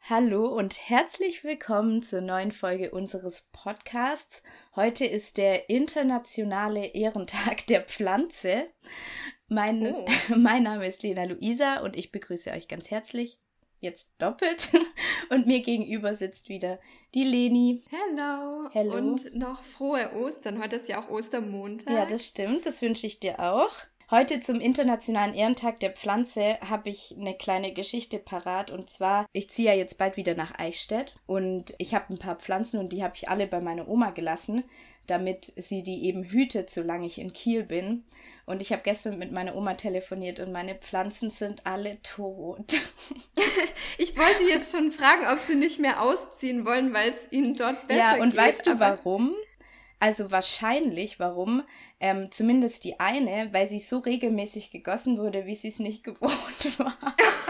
Hallo und herzlich willkommen zur neuen Folge unseres Podcasts. Heute ist der internationale Ehrentag der Pflanze. Mein Name ist Lena Luisa und ich begrüße euch ganz herzlich, jetzt doppelt. Und mir gegenüber sitzt wieder die Leni. Hello. Und noch frohe Ostern. Heute ist ja auch Ostermontag. Ja, das stimmt. Das wünsche ich dir auch. Heute zum Internationalen Ehrentag der Pflanze habe ich eine kleine Geschichte parat. Und zwar, ich ziehe ja jetzt bald wieder nach Eichstätt und ich habe ein paar Pflanzen und die habe ich alle bei meiner Oma gelassen, damit sie die eben hütet, solange ich in Kiel bin. Und ich habe gestern mit meiner Oma telefoniert und meine Pflanzen sind alle tot. Ich wollte jetzt schon fragen, ob sie nicht mehr ausziehen wollen, weil es ihnen dort besser geht. Ja, und weißt du warum? Also wahrscheinlich, warum? Zumindest die eine, weil sie so regelmäßig gegossen wurde, wie sie es nicht gewohnt war.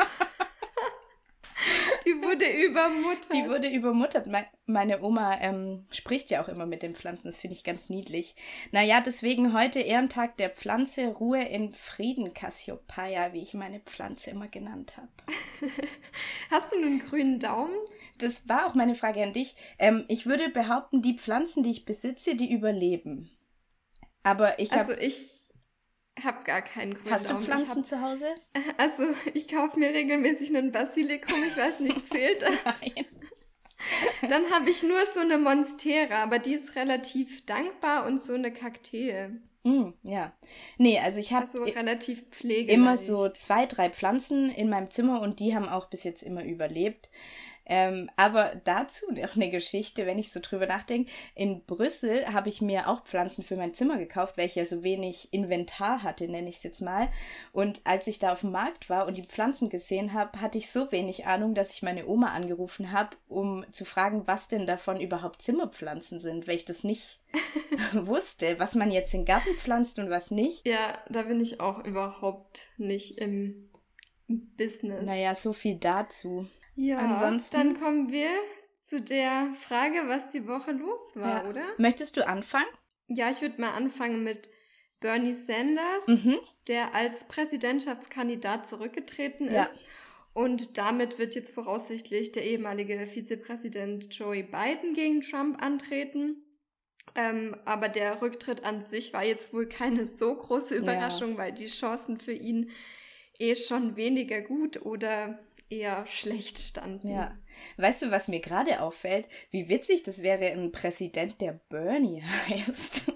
Die wurde übermuttert. Die wurde übermuttert. Meine Oma spricht ja auch immer mit den Pflanzen, das finde ich ganz niedlich. Naja, deswegen heute Ehrentag der Pflanze, Ruhe in Frieden, Cassiopeia, wie ich meine Pflanze immer genannt habe. Hast du einen grünen Daumen? Das war auch meine Frage an dich. Ich würde behaupten, die Pflanzen, die ich besitze, die überleben. Aber ich habe... Ich habe gar keinen grünen Daumen. Hast du Pflanzen zu Hause? Also, ich kaufe mir regelmäßig einen Basilikum, ich weiß nicht, zählt das? Nein. Dann habe ich nur so eine Monstera, aber die ist relativ dankbar und so eine Kakteen. Ja. Nee, also ich habe relativ pflegeleicht. Immer so 2, 3 Pflanzen in meinem Zimmer und die haben auch bis jetzt immer überlebt. Aber dazu noch eine Geschichte, wenn ich so drüber nachdenke. In Brüssel habe ich mir auch Pflanzen für mein Zimmer gekauft, weil ich ja so wenig Inventar hatte, nenne ich es jetzt mal. Und als ich da auf dem Markt war und die Pflanzen gesehen habe, hatte ich so wenig Ahnung, dass ich meine Oma angerufen habe, um zu fragen, was denn davon überhaupt Zimmerpflanzen sind, weil ich das nicht wusste, was man jetzt in den Garten pflanzt und was nicht. Ja, da bin ich auch überhaupt nicht im Business. Naja, so viel dazu. Ja, ansonsten dann kommen wir zu der Frage, was die Woche los war, ja. Oder? Möchtest du anfangen? Ja, ich würde mal anfangen mit Bernie Sanders, der als Präsidentschaftskandidat zurückgetreten ist. Und damit wird jetzt voraussichtlich der ehemalige Vizepräsident Joe Biden gegen Trump antreten. Aber der Rücktritt an sich war jetzt wohl keine so große Überraschung, weil die Chancen für ihn schon weniger gut oder eher schlecht standen. Ja. Weißt du, was mir gerade auffällt? Wie witzig das wäre, ein Präsident, der Bernie heißt.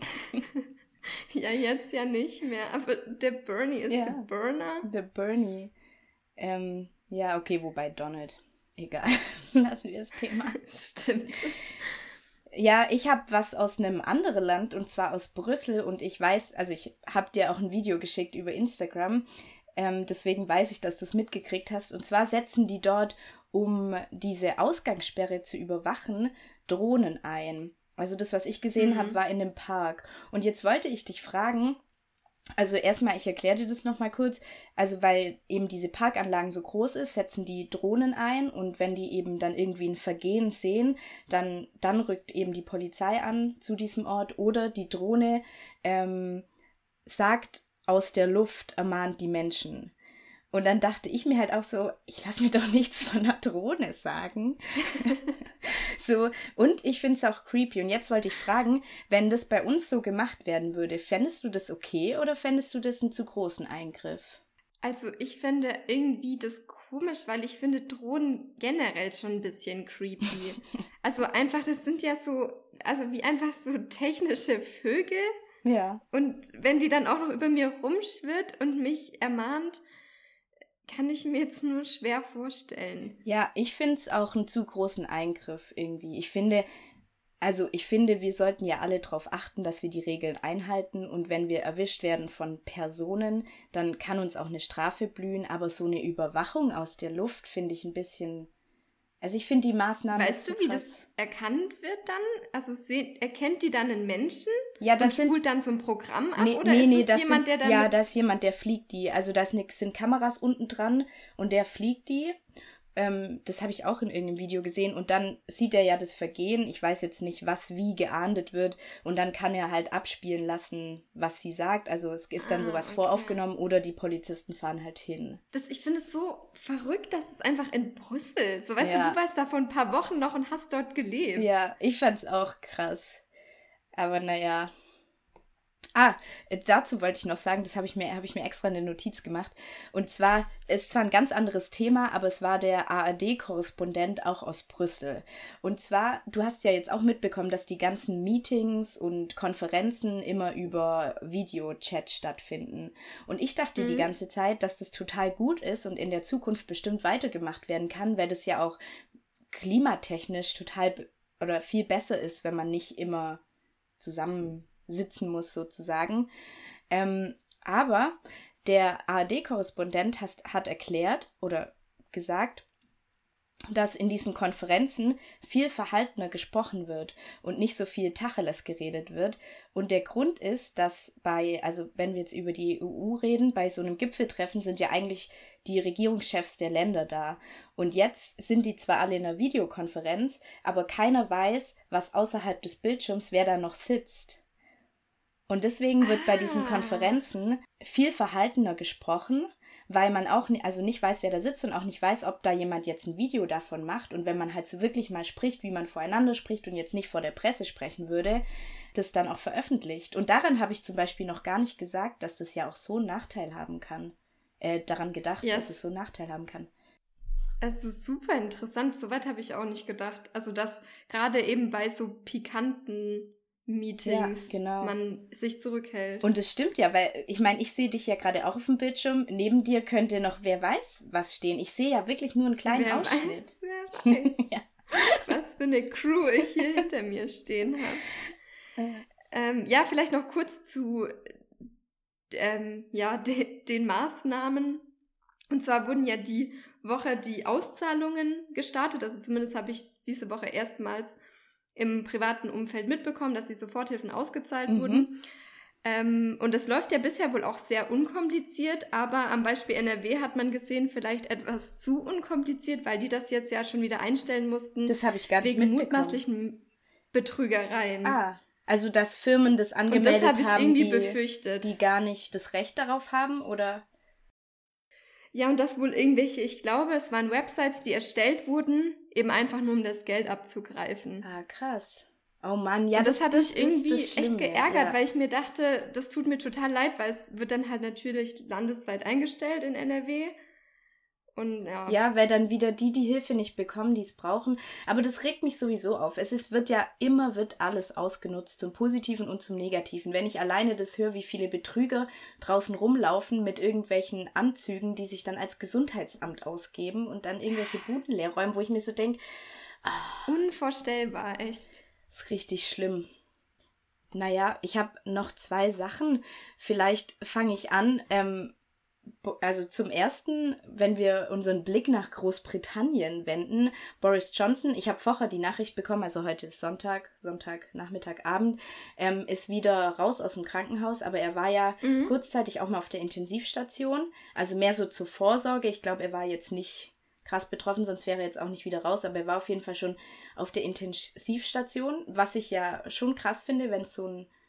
Ja, jetzt ja nicht mehr, aber der Bernie ist der Burner. Der Bernie. Ja, okay, wobei Donald. Egal, lassen wir das Thema. Stimmt. Ja, ich habe was aus einem anderen Land, und zwar aus Brüssel. Und ich weiß, also ich habe dir auch ein Video geschickt über Instagram. Deswegen weiß ich, dass du es mitgekriegt hast. Und zwar setzen die dort, um diese Ausgangssperre zu überwachen, Drohnen ein. Also das, was ich gesehen habe, war in dem Park. Und jetzt wollte ich dich fragen, also erstmal, ich erkläre dir das nochmal kurz. Also weil eben diese Parkanlagen so groß ist, setzen die Drohnen ein. Und wenn die eben dann irgendwie ein Vergehen sehen, dann rückt eben die Polizei an zu diesem Ort. Oder die Drohne sagt aus der Luft, ermahnt die Menschen. Und dann dachte ich mir halt auch so, ich lasse mir doch nichts von einer Drohne sagen. So, und ich finde es auch creepy. Und jetzt wollte ich fragen, wenn das bei uns so gemacht werden würde, fändest du das okay oder fändest du das einen zu großen Eingriff? Also ich fände irgendwie das komisch, weil ich finde Drohnen generell schon ein bisschen creepy. Also einfach, das sind ja so, also wie einfach so technische Vögel. Ja. Und wenn die dann auch noch über mir rumschwirrt und mich ermahnt, kann ich mir jetzt nur schwer vorstellen. Ja, ich finde es auch einen zu großen Eingriff irgendwie. Ich finde, wir sollten ja alle darauf achten, dass wir die Regeln einhalten. Und wenn wir erwischt werden von Personen, dann kann uns auch eine Strafe blühen. Aber so eine Überwachung aus der Luft finde ich ein bisschen... Also ich finde die Maßnahmen... Weißt du, wie das erkannt wird dann? Also erkennt die dann einen Menschen? Ja, das und spult dann so ein Programm ab? Oder ist das jemand, der dann... Ja, da ist jemand, der fliegt die. Also da sind Kameras unten dran und der fliegt die. Das habe ich auch in irgendeinem Video gesehen. Und dann sieht er ja das Vergehen. Ich weiß jetzt nicht, was wie geahndet wird. Und dann kann er halt abspielen lassen, was sie sagt. Also es ist dann sowas voraufgenommen oder die Polizisten fahren halt hin. Ich finde es so verrückt, dass es einfach in Brüssel, so weißt du warst da vor ein paar Wochen noch und hast dort gelebt. Ja, ich fand's auch krass. Aber naja. Dazu wollte ich noch sagen, das habe ich mir extra eine Notiz gemacht. Und zwar, ist zwar ein ganz anderes Thema, aber es war der ARD-Korrespondent auch aus Brüssel. Und zwar, du hast ja jetzt auch mitbekommen, dass die ganzen Meetings und Konferenzen immer über Videochat stattfinden. Und ich dachte die ganze Zeit, dass das total gut ist und in der Zukunft bestimmt weitergemacht werden kann, weil das ja auch klimatechnisch total oder viel besser ist, wenn man nicht immer zusammen sitzen muss sozusagen. Aber der ARD-Korrespondent hat erklärt oder gesagt, dass in diesen Konferenzen viel verhaltener gesprochen wird und nicht so viel Tacheles geredet wird. Und der Grund ist, dass wenn wir jetzt über die EU reden, bei so einem Gipfeltreffen sind ja eigentlich die Regierungschefs der Länder da. Und jetzt sind die zwar alle in einer Videokonferenz, aber keiner weiß, was außerhalb des Bildschirms, wer da noch sitzt. Und deswegen wird bei diesen Konferenzen viel verhaltener gesprochen, weil man auch nicht weiß, wer da sitzt und auch nicht weiß, ob da jemand jetzt ein Video davon macht. Und wenn man halt so wirklich mal spricht, wie man voreinander spricht und jetzt nicht vor der Presse sprechen würde, das dann auch veröffentlicht. Und daran habe ich zum Beispiel noch gar nicht gesagt, dass das ja auch so einen Nachteil haben kann. Daran gedacht, dass es so einen Nachteil haben kann. Es ist super interessant. Soweit habe ich auch nicht gedacht. Also, dass gerade eben bei so pikanten Meetings man sich zurückhält. Und es stimmt ja, weil ich meine, ich sehe dich ja gerade auch auf dem Bildschirm. Neben dir könnte noch wer weiß was stehen. Ich sehe ja wirklich nur einen kleinen Ausschnitt. Wer weiß. Ja. Was für eine Crew ich hier hinter mir stehen habe. Vielleicht noch kurz zu den Maßnahmen. Und zwar wurden ja die Woche die Auszahlungen gestartet. Also zumindest habe ich diese Woche erstmals im privaten Umfeld mitbekommen, dass die Soforthilfen ausgezahlt wurden. Und das läuft ja bisher wohl auch sehr unkompliziert, aber am Beispiel NRW hat man gesehen, vielleicht etwas zu unkompliziert, weil die das jetzt ja schon wieder einstellen mussten. Das habe ich gar nicht mitbekommen. Wegen mutmaßlichen Betrügereien. Also dass Firmen das angemeldet haben, und das habe ich irgendwie befürchtet. Die gar nicht das Recht darauf haben, oder? Ja, und das wohl irgendwelche, ich glaube, es waren Websites, die erstellt wurden, eben einfach nur, um das Geld abzugreifen. Krass. Oh Mann, ja, und das hat mich irgendwie echt geärgert, weil ich mir dachte, das tut mir total leid, weil es wird dann halt natürlich landesweit eingestellt in NRW. Und ja, weil dann wieder die Hilfe nicht bekommen, die es brauchen. Aber das regt mich sowieso auf. Wird alles ausgenutzt, zum Positiven und zum Negativen. Wenn ich alleine das höre, wie viele Betrüger draußen rumlaufen mit irgendwelchen Anzügen, die sich dann als Gesundheitsamt ausgeben und dann irgendwelche Buden leer räumen, wo ich mir so denke, unvorstellbar, echt. Das ist richtig schlimm. Naja, ich habe noch 2 Sachen. Vielleicht fange ich an. Also zum Ersten, wenn wir unseren Blick nach Großbritannien wenden, Boris Johnson, ich habe vorher die Nachricht bekommen, also heute ist Sonntag, Nachmittagabend, ist wieder raus aus dem Krankenhaus, aber er war ja kurzzeitig auch mal auf der Intensivstation, also mehr so zur Vorsorge. Ich glaube, er war jetzt nicht krass betroffen, sonst wäre er jetzt auch nicht wieder raus, aber er war auf jeden Fall schon auf der Intensivstation, was ich ja schon krass finde, wenn es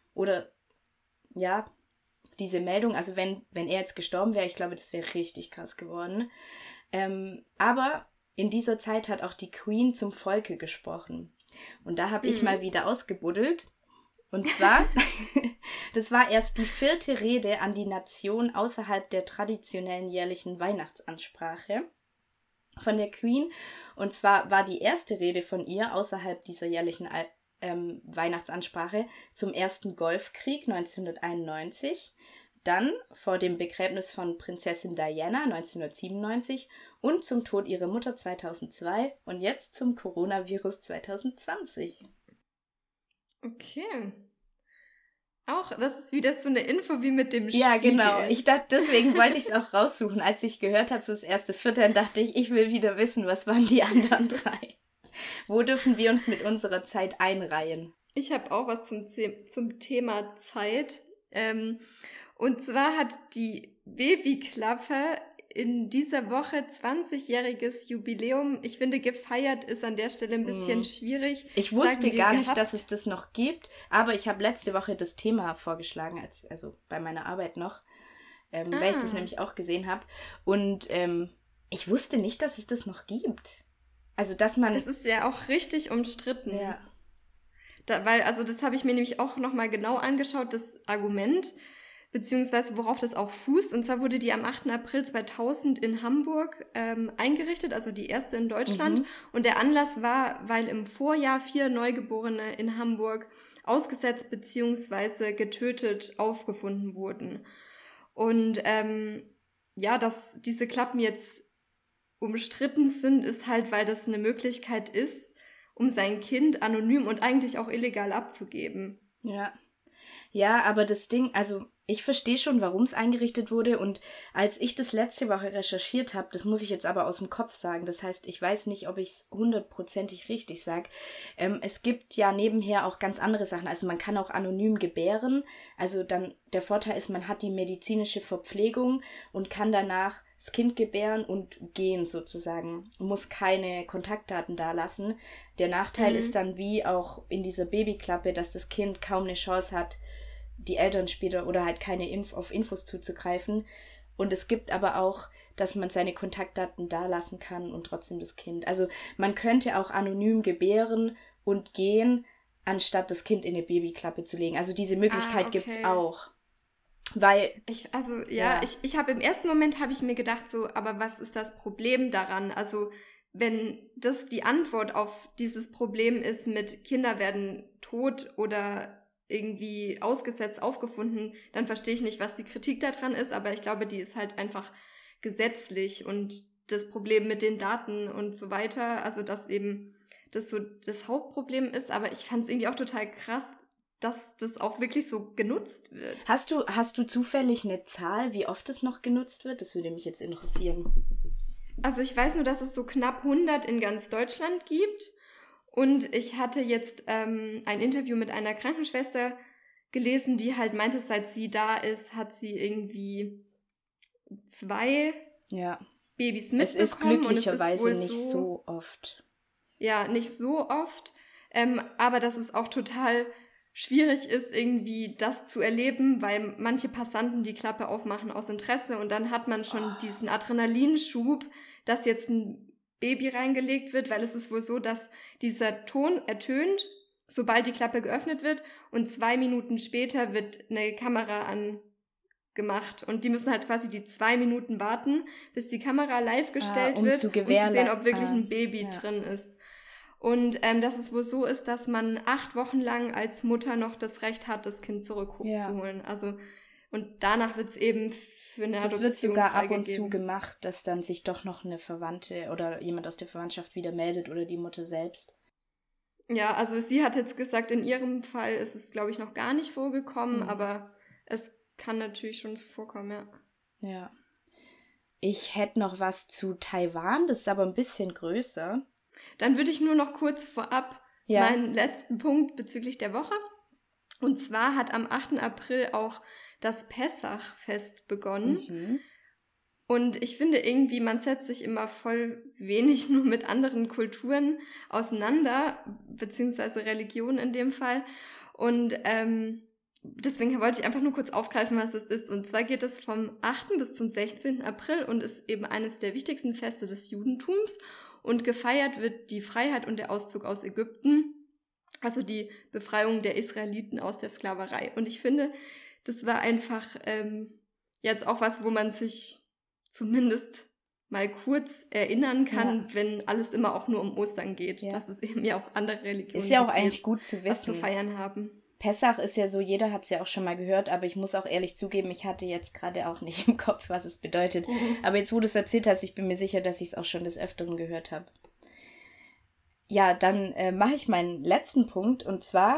diese Meldung, also wenn er jetzt gestorben wäre, ich glaube, das wäre richtig krass geworden. Aber in dieser Zeit hat auch die Queen zum Volke gesprochen. Und da habe ich mal wieder ausgebuddelt. Und zwar, das war erst die 4. Rede an die Nation außerhalb der traditionellen jährlichen Weihnachtsansprache von der Queen. Und zwar war die erste Rede von ihr außerhalb dieser jährlichen Weihnachtsansprache zum ersten Golfkrieg 1991, dann vor dem Begräbnis von Prinzessin Diana 1997 und zum Tod ihrer Mutter 2002 und jetzt zum Coronavirus 2020. Okay. Auch, das ist wieder so eine Info wie mit dem Spiegel. Ja, genau. Ich dachte, deswegen wollte ich es auch raussuchen. Als ich gehört habe, so das erste Viertel, dann dachte ich will wieder wissen, was waren die anderen 3. Wo dürfen wir uns mit unserer Zeit einreihen? Ich habe auch was zum Thema Zeit. Und zwar hat die Babyklappe in dieser Woche 20-jähriges Jubiläum. Ich finde, gefeiert ist an der Stelle ein bisschen schwierig. Ich wusste gar nicht, dass es das noch gibt, aber ich habe letzte Woche das Thema vorgeschlagen, also bei meiner Arbeit noch, weil ich das nämlich auch gesehen habe. Und ich wusste nicht, dass es das noch gibt. Also, dass man... Das ist ja auch richtig umstritten. Ja. Also das habe ich mir nämlich auch nochmal genau angeschaut, das Argument, beziehungsweise worauf das auch fußt. Und zwar wurde die am 8. April 2000 in Hamburg eingerichtet, also die erste in Deutschland. Und der Anlass war, weil im Vorjahr 4 Neugeborene in Hamburg ausgesetzt beziehungsweise getötet aufgefunden wurden. Und dass diese Klappen jetzt umstritten sind, ist halt, weil das eine Möglichkeit ist, um sein Kind anonym und eigentlich auch illegal abzugeben. Ja, aber das Ding, also ich verstehe schon, warum es eingerichtet wurde, und als ich das letzte Woche recherchiert habe, das muss ich jetzt aber aus dem Kopf sagen, das heißt, ich weiß nicht, ob ich es 100% richtig sage, es gibt ja nebenher auch ganz andere Sachen, also man kann auch anonym gebären, also dann der Vorteil ist, man hat die medizinische Verpflegung und kann danach das Kind gebären und gehen sozusagen, muss keine Kontaktdaten dalassen. Der Nachteil ist dann wie auch in dieser Babyklappe, dass das Kind kaum eine Chance hat, die Eltern später oder halt keine auf Infos zuzugreifen. Und es gibt aber auch, dass man seine Kontaktdaten dalassen kann und trotzdem das Kind. Also man könnte auch anonym gebären und gehen, anstatt das Kind in eine Babyklappe zu legen. Also diese Möglichkeit gibt's auch. Weil ich habe im ersten Moment habe ich mir gedacht so, aber was ist das Problem daran? Also wenn das die Antwort auf dieses Problem ist mit Kinder werden tot oder irgendwie ausgesetzt aufgefunden, dann verstehe ich nicht, was die Kritik daran ist, aber ich glaube, die ist halt einfach gesetzlich und das Problem mit den Daten und so weiter, also dass eben das so das Hauptproblem ist, aber ich fand es irgendwie auch total krass, dass das auch wirklich so genutzt wird. Hast du zufällig eine Zahl, wie oft es noch genutzt wird? Das würde mich jetzt interessieren. Also ich weiß nur, dass es so knapp 100 in ganz Deutschland gibt. Und ich hatte jetzt ein Interview mit einer Krankenschwester gelesen, die halt meinte, seit sie da ist, hat sie irgendwie 2 Babys mitbekommen. Es ist glücklicherweise nicht so oft. Ja, nicht so oft. Aber dass es auch total schwierig ist, irgendwie das zu erleben, weil manche Passanten die Klappe aufmachen aus Interesse und dann hat man schon diesen Adrenalinschub, dass jetzt ein Baby reingelegt wird, weil es ist wohl so, dass dieser Ton ertönt, sobald die Klappe geöffnet wird und 2 Minuten später wird eine Kamera angemacht und die müssen halt quasi die 2 Minuten warten, bis die Kamera live gestellt wird, um zu sehen, ob wirklich ein Baby drin ist. Und dass es wohl so ist, dass man 8 Wochen lang als Mutter noch das Recht hat, das Kind zurückzuholen. Also und danach wird es eben für eine Adoption freigegeben. Das wird sogar ab und zu gemacht, dass dann sich doch noch eine Verwandte oder jemand aus der Verwandtschaft wieder meldet oder die Mutter selbst. Ja, also sie hat jetzt gesagt, in ihrem Fall ist es, glaube ich, noch gar nicht vorgekommen, aber es kann natürlich schon vorkommen, Ja. Ich hätte noch was zu Taiwan, das ist aber ein bisschen größer. Dann würde ich nur noch kurz vorab meinen letzten Punkt bezüglich der Woche. Und zwar hat am 8. April auch das Pessach-Fest begonnen. Und ich finde irgendwie, man setzt sich immer voll wenig nur mit anderen Kulturen auseinander, beziehungsweise Religionen in dem Fall. Und deswegen wollte ich einfach nur kurz aufgreifen, was es ist. Und zwar geht es vom 8. bis zum 16. April und ist eben eines der wichtigsten Feste des Judentums. Und gefeiert wird die Freiheit und der Auszug aus Ägypten, also die Befreiung der Israeliten aus der Sklaverei. Und ich finde, das war einfach jetzt auch was, wo man sich zumindest mal kurz erinnern kann, wenn alles immer auch nur um Ostern geht. Dass es eben ja auch andere Religionen gibt, ist ja auch eigentlich gut zu wissen, was zu feiern haben. Pessach ist ja so, jeder hat es ja auch schon mal gehört, aber ich muss auch ehrlich zugeben, ich hatte jetzt gerade auch nicht im Kopf, was es bedeutet. Aber jetzt, wo du es erzählt hast, ich bin mir sicher, dass ich es auch schon des Öfteren gehört habe. Ja, dann mache ich meinen letzten Punkt und zwar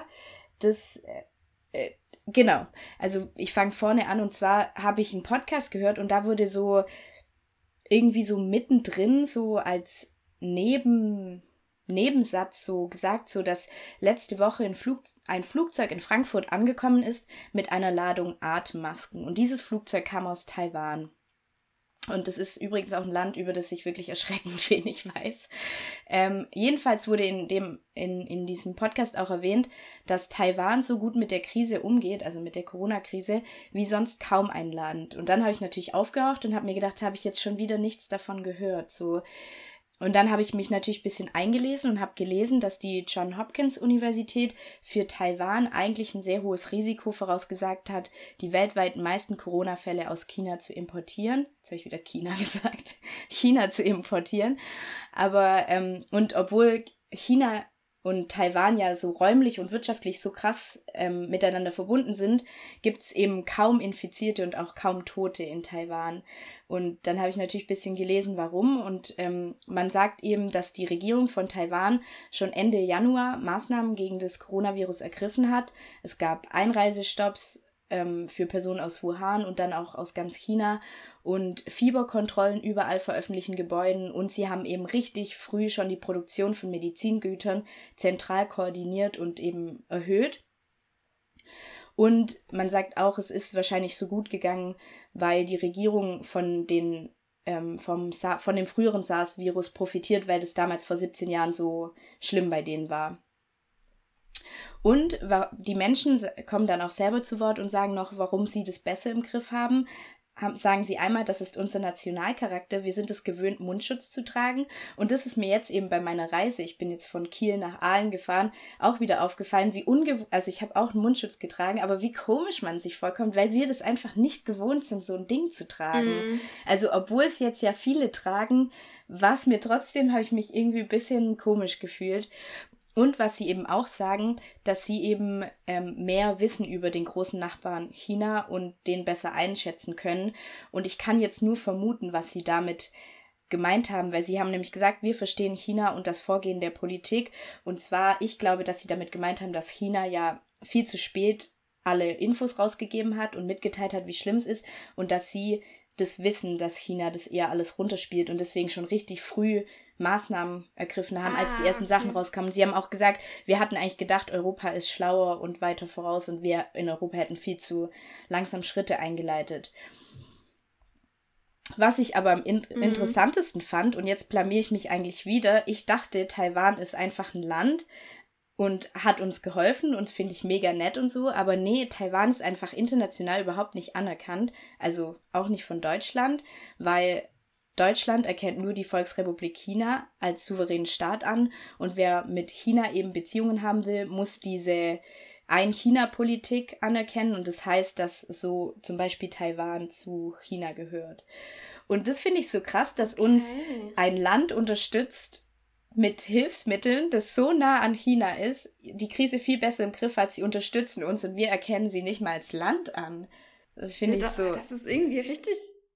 genau, also ich fange vorne an und zwar habe ich einen Podcast gehört und da wurde so irgendwie so mittendrin so als Nebensatz so gesagt, so dass letzte Woche ein Flugzeug in Frankfurt angekommen ist mit einer Ladung Atemmasken und dieses Flugzeug kam aus Taiwan. Und das ist übrigens auch ein Land, über das ich wirklich erschreckend wenig weiß. Jedenfalls wurde in diesem Podcast auch erwähnt, dass Taiwan so gut mit der Krise umgeht, also mit der Corona-Krise, wie sonst kaum ein Land. Und dann habe ich natürlich aufgehorcht und habe mir gedacht, habe ich jetzt schon wieder nichts davon gehört. So. Und dann habe ich mich natürlich ein bisschen eingelesen und habe gelesen, dass die Johns Hopkins Universität für Taiwan eigentlich ein sehr hohes Risiko vorausgesagt hat, die weltweit meisten Corona-Fälle aus China zu importieren. Jetzt habe ich wieder China gesagt. China zu importieren. Aber, und obwohl China und Taiwan ja so räumlich und wirtschaftlich so krass miteinander verbunden sind, gibt es eben kaum Infizierte und auch kaum Tote in Taiwan. Und dann habe ich natürlich ein bisschen gelesen, warum. Und man sagt eben, dass die Regierung von Taiwan schon Ende Januar Maßnahmen gegen das Coronavirus ergriffen hat. Es gab Einreisestopps für Personen aus Wuhan und dann auch aus ganz China und Fieberkontrollen überall vor öffentlichen Gebäuden. Und sie haben eben richtig früh schon die Produktion von Medizingütern zentral koordiniert und eben erhöht. Und man sagt auch, es ist wahrscheinlich so gut gegangen, weil die Regierung von dem früheren SARS-Virus profitiert, weil das damals vor 17 Jahren so schlimm bei denen war. Und die Menschen kommen dann auch selber zu Wort und sagen noch, warum sie das besser im Griff haben. Sagen sie einmal, das ist unser Nationalcharakter, wir sind es gewöhnt, Mundschutz zu tragen. Und das ist mir jetzt eben bei meiner Reise, ich bin jetzt von Kiel nach Aalen gefahren, auch wieder aufgefallen, also ich habe auch einen Mundschutz getragen, aber wie komisch man sich vorkommt, weil wir das einfach nicht gewohnt sind, so ein Ding zu tragen. Also obwohl es jetzt ja viele tragen, habe ich mich irgendwie ein bisschen komisch gefühlt. Und was sie eben auch sagen, dass sie eben mehr wissen über den großen Nachbarn China und den besser einschätzen können. Und ich kann jetzt nur vermuten, was sie damit gemeint haben, weil sie haben nämlich gesagt, wir verstehen China und das Vorgehen der Politik. Und zwar, ich glaube, dass sie damit gemeint haben, dass China ja viel zu spät alle Infos rausgegeben hat und mitgeteilt hat, wie schlimm es ist und dass sie das wissen, dass China das eher alles runterspielt und deswegen schon richtig früh Maßnahmen ergriffen haben, als die ersten Sachen rauskamen. Sie haben auch gesagt, wir hatten eigentlich gedacht, Europa ist schlauer und weiter voraus und wir in Europa hätten viel zu langsam Schritte eingeleitet. Was ich aber am interessantesten fand, und jetzt blamier ich mich eigentlich wieder, ich dachte, Taiwan ist einfach ein Land und hat uns geholfen und finde ich mega nett und so, aber nee, Taiwan ist einfach international überhaupt nicht anerkannt, also auch nicht von Deutschland, weil Deutschland erkennt nur die Volksrepublik China als souveränen Staat an und wer mit China eben Beziehungen haben will, muss diese Ein-China-Politik anerkennen und das heißt, dass so zum Beispiel Taiwan zu China gehört. Und das finde ich so krass, dass uns ein Land unterstützt mit Hilfsmitteln, das so nah an China ist, die Krise viel besser im Griff hat, sie unterstützen uns und wir erkennen sie nicht mal als Land an. Das finde ich so. Das ist irgendwie richtig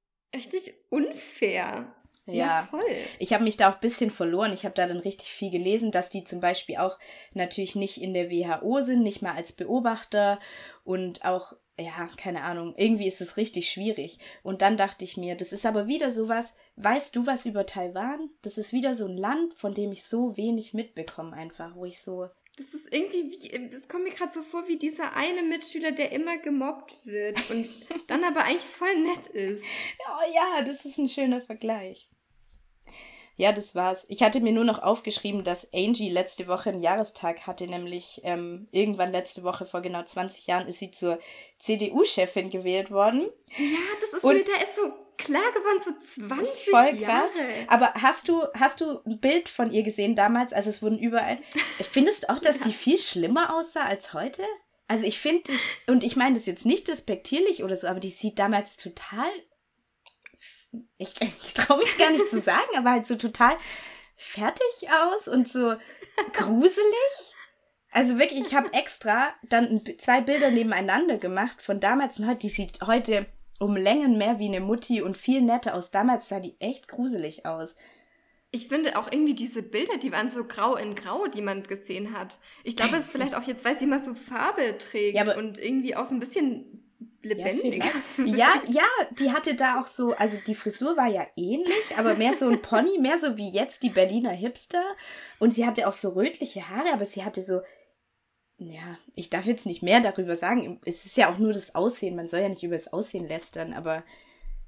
unfair. Ja, voll. Ich habe mich da auch ein bisschen verloren. Ich habe da dann richtig viel gelesen, dass die zum Beispiel auch natürlich nicht in der WHO sind, nicht mal als Beobachter und auch, ja, keine Ahnung, irgendwie ist es richtig schwierig. Und dann dachte ich mir, das ist aber wieder sowas, weißt du was über Taiwan? Das ist wieder so ein Land, von dem ich so wenig mitbekomme einfach, wo ich so... Das ist irgendwie das kommt mir gerade so vor wie dieser eine Mitschüler, der immer gemobbt wird und dann aber eigentlich voll nett ist. Oh ja, das ist ein schöner Vergleich. Ja, das war's. Ich hatte mir nur noch aufgeschrieben, dass Angie letzte Woche einen Jahrestag hatte, nämlich irgendwann letzte Woche, vor genau 20 Jahren, ist sie zur CDU-Chefin gewählt worden. Ja, das ist mir, da ist so klar geworden, so 20 voll krass. Jahre. Aber hast du ein Bild von ihr gesehen damals? Also es wurden überall... Findest du auch, dass die viel schlimmer aussah als heute? Also ich finde, und ich meine das jetzt nicht despektierlich oder so, aber die sieht damals total... Ich traue mich gar nicht zu sagen, aber halt so total fertig aus und so gruselig. Also wirklich, ich habe extra dann 2 Bilder nebeneinander gemacht von damals und heute. Die sieht heute um Längen mehr wie eine Mutti und viel netter aus. Damals sah die echt gruselig aus. Ich finde auch irgendwie diese Bilder, die waren so grau in grau, die man gesehen hat. Ich glaube, es ist vielleicht auch jetzt, weil sie immer so Farbe trägt ja, und irgendwie auch so ein bisschen lebendig. Ja, die hatte da auch so, also die Frisur war ja ähnlich, aber mehr so ein Pony, mehr so wie jetzt die Berliner Hipster. Und sie hatte auch so rötliche Haare, aber sie hatte so, ja, ich darf jetzt nicht mehr darüber sagen. Es ist ja auch nur das Aussehen, man soll ja nicht über das Aussehen lästern, aber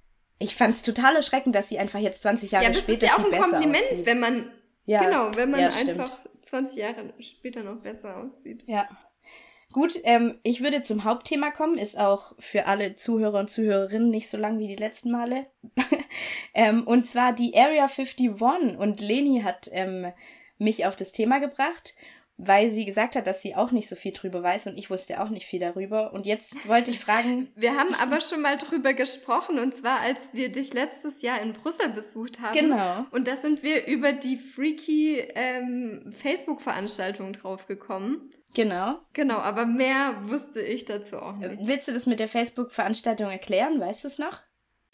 Ich fand es total erschreckend, dass sie einfach jetzt 20 Jahre später viel besser aussieht. Ja, das ist ja auch ein Kompliment, wenn man einfach 20 Jahre später noch besser aussieht. Ja. Gut, ich würde zum Hauptthema kommen, ist auch für alle Zuhörer und Zuhörerinnen nicht so lang wie die letzten Male. Und zwar die Area 51. Und Leni hat mich auf das Thema gebracht, weil sie gesagt hat, dass sie auch nicht so viel drüber weiß und ich wusste auch nicht viel darüber. Und jetzt wollte ich fragen... Wir haben aber schon mal drüber gesprochen, und zwar, als wir dich letztes Jahr in Brüssel besucht haben. Genau. Und da sind wir über die freaky Facebook-Veranstaltung draufgekommen. Genau. Genau, aber mehr wusste ich dazu auch nicht. Willst du das mit der Facebook-Veranstaltung erklären? Weißt du es noch?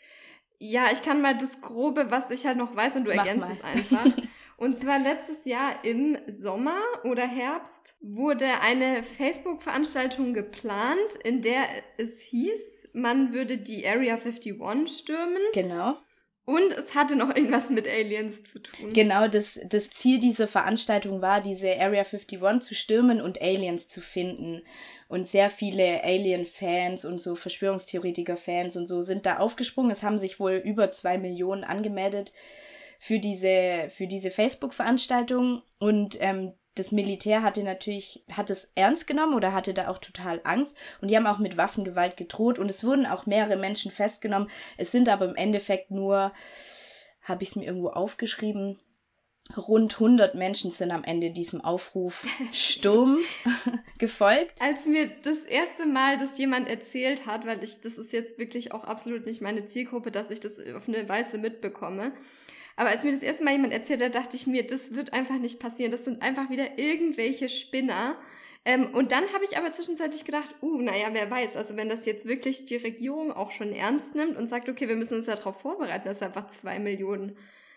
Ja, ich kann mal das Grobe, was ich halt noch weiß, und du ergänzt es einfach. Und zwar letztes Jahr im Sommer oder Herbst wurde eine Facebook-Veranstaltung geplant, in der es hieß, man würde die Area 51 stürmen. Genau. Und es hatte noch irgendwas mit Aliens zu tun. Genau, das Ziel dieser Veranstaltung war, diese Area 51 zu stürmen und Aliens zu finden. Und sehr viele Alien-Fans und so Verschwörungstheoretiker-Fans und so sind da aufgesprungen. Es haben sich wohl über 2 Millionen angemeldet für diese Facebook-Veranstaltung. Und das Militär hat es ernst genommen oder hatte da auch total Angst. Und die haben auch mit Waffengewalt gedroht. Und es wurden auch mehrere Menschen festgenommen. Es sind aber im Endeffekt nur, habe ich es mir irgendwo aufgeschrieben, rund 100 Menschen sind am Ende diesem Aufruf Sturm gefolgt. Als mir das erste Mal das jemand erzählt hat, weil das ist jetzt wirklich auch absolut nicht meine Zielgruppe, dass ich das auf eine Weise mitbekomme. Aber als mir das erste Mal jemand erzählt hat, dachte ich mir, das wird einfach nicht passieren. Das sind einfach wieder irgendwelche Spinner. Und dann habe ich aber zwischenzeitlich gedacht, naja, wer weiß, also wenn das jetzt wirklich die Regierung auch schon ernst nimmt und sagt, okay, wir müssen uns darauf vorbereiten, dass einfach 2 Millionen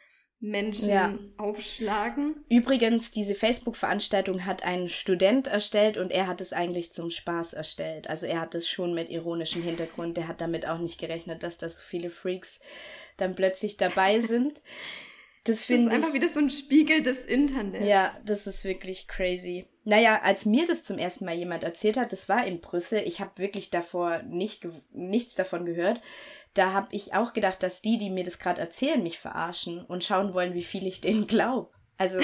Menschen aufschlagen. Übrigens, diese Facebook-Veranstaltung hat ein Student erstellt und er hat es eigentlich zum Spaß erstellt. Also er hat es schon mit ironischem Hintergrund. Der hat damit auch nicht gerechnet, dass da so viele Freaks dann plötzlich dabei sind. Das ist einfach wieder so ein Spiegel des Internets. Ja, das ist wirklich crazy. Naja, als mir das zum ersten Mal jemand erzählt hat, das war in Brüssel, ich habe wirklich davor nichts davon gehört. Da habe ich auch gedacht, dass die mir das gerade erzählen, mich verarschen und schauen wollen, wie viel ich denen glaube. Also,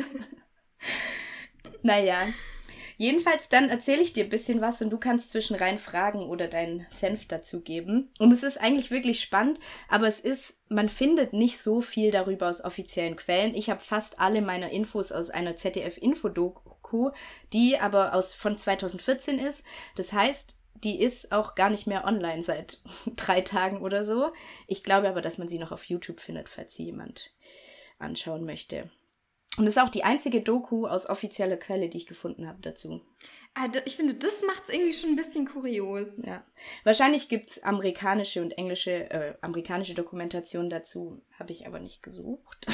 naja. Jedenfalls, dann erzähle ich dir ein bisschen was und du kannst zwischenrein fragen oder deinen Senf dazugeben. Und es ist eigentlich wirklich spannend, aber man findet nicht so viel darüber aus offiziellen Quellen. Ich habe fast alle meiner Infos aus einer ZDF-Info-Doku, die aber von 2014 ist. Das heißt, die ist auch gar nicht mehr online seit 3 Tagen oder so. Ich glaube aber, dass man sie noch auf YouTube findet, falls sie jemand anschauen möchte. Und das ist auch die einzige Doku aus offizieller Quelle, die ich gefunden habe dazu. Ich finde, das macht es irgendwie schon ein bisschen kurios. Ja. Wahrscheinlich gibt es amerikanische und amerikanische Dokumentationen dazu, habe ich aber nicht gesucht.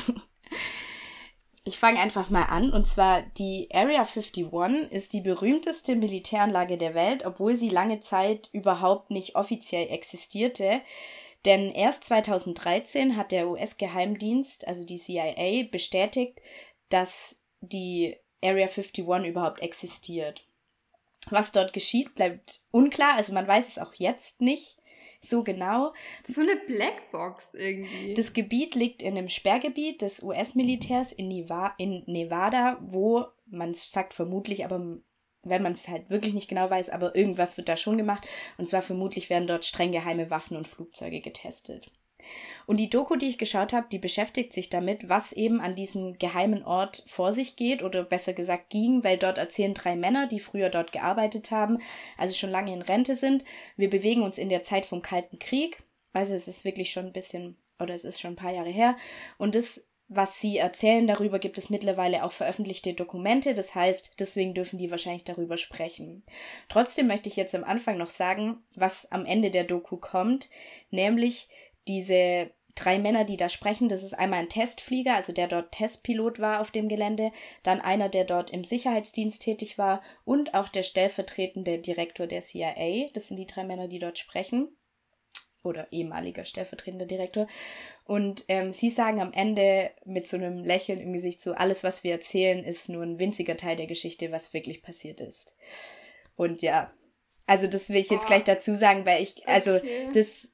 Ich fange einfach mal an. Und zwar, die Area 51 ist die berühmteste Militäranlage der Welt, obwohl sie lange Zeit überhaupt nicht offiziell existierte. Denn erst 2013 hat der US-Geheimdienst, also die CIA, bestätigt, dass die Area 51 überhaupt existiert. Was dort geschieht, bleibt unklar. Also man weiß es auch jetzt nicht so genau. Das ist so eine Blackbox irgendwie. Das Gebiet liegt in einem Sperrgebiet des US-Militärs in Nevada, wo man sagt vermutlich, aber wenn man es halt wirklich nicht genau weiß, aber irgendwas wird da schon gemacht. Und zwar vermutlich werden dort streng geheime Waffen und Flugzeuge getestet. Und die Doku, die ich geschaut habe, die beschäftigt sich damit, was eben an diesem geheimen Ort vor sich geht oder besser gesagt ging, weil dort erzählen 3 Männer, die früher dort gearbeitet haben, also schon lange in Rente sind. Wir bewegen uns in der Zeit vom Kalten Krieg, also es ist wirklich schon es ist schon ein paar Jahre her. Und das, was sie erzählen darüber, gibt es mittlerweile auch veröffentlichte Dokumente. Das heißt, deswegen dürfen die wahrscheinlich darüber sprechen. Trotzdem möchte ich jetzt am Anfang noch sagen, was am Ende der Doku kommt, nämlich diese 3 Männer, die da sprechen. Das ist einmal ein Testflieger, also der dort Testpilot war auf dem Gelände, dann einer, der dort im Sicherheitsdienst tätig war und auch der stellvertretende Direktor der CIA. Das sind die 3 Männer, die dort sprechen. Oder ehemaliger stellvertretender Direktor. Und sie sagen am Ende mit so einem Lächeln im Gesicht so, alles, was wir erzählen, ist nur ein winziger Teil der Geschichte, was wirklich passiert ist. Und ja, also das will ich jetzt gleich dazu sagen, weil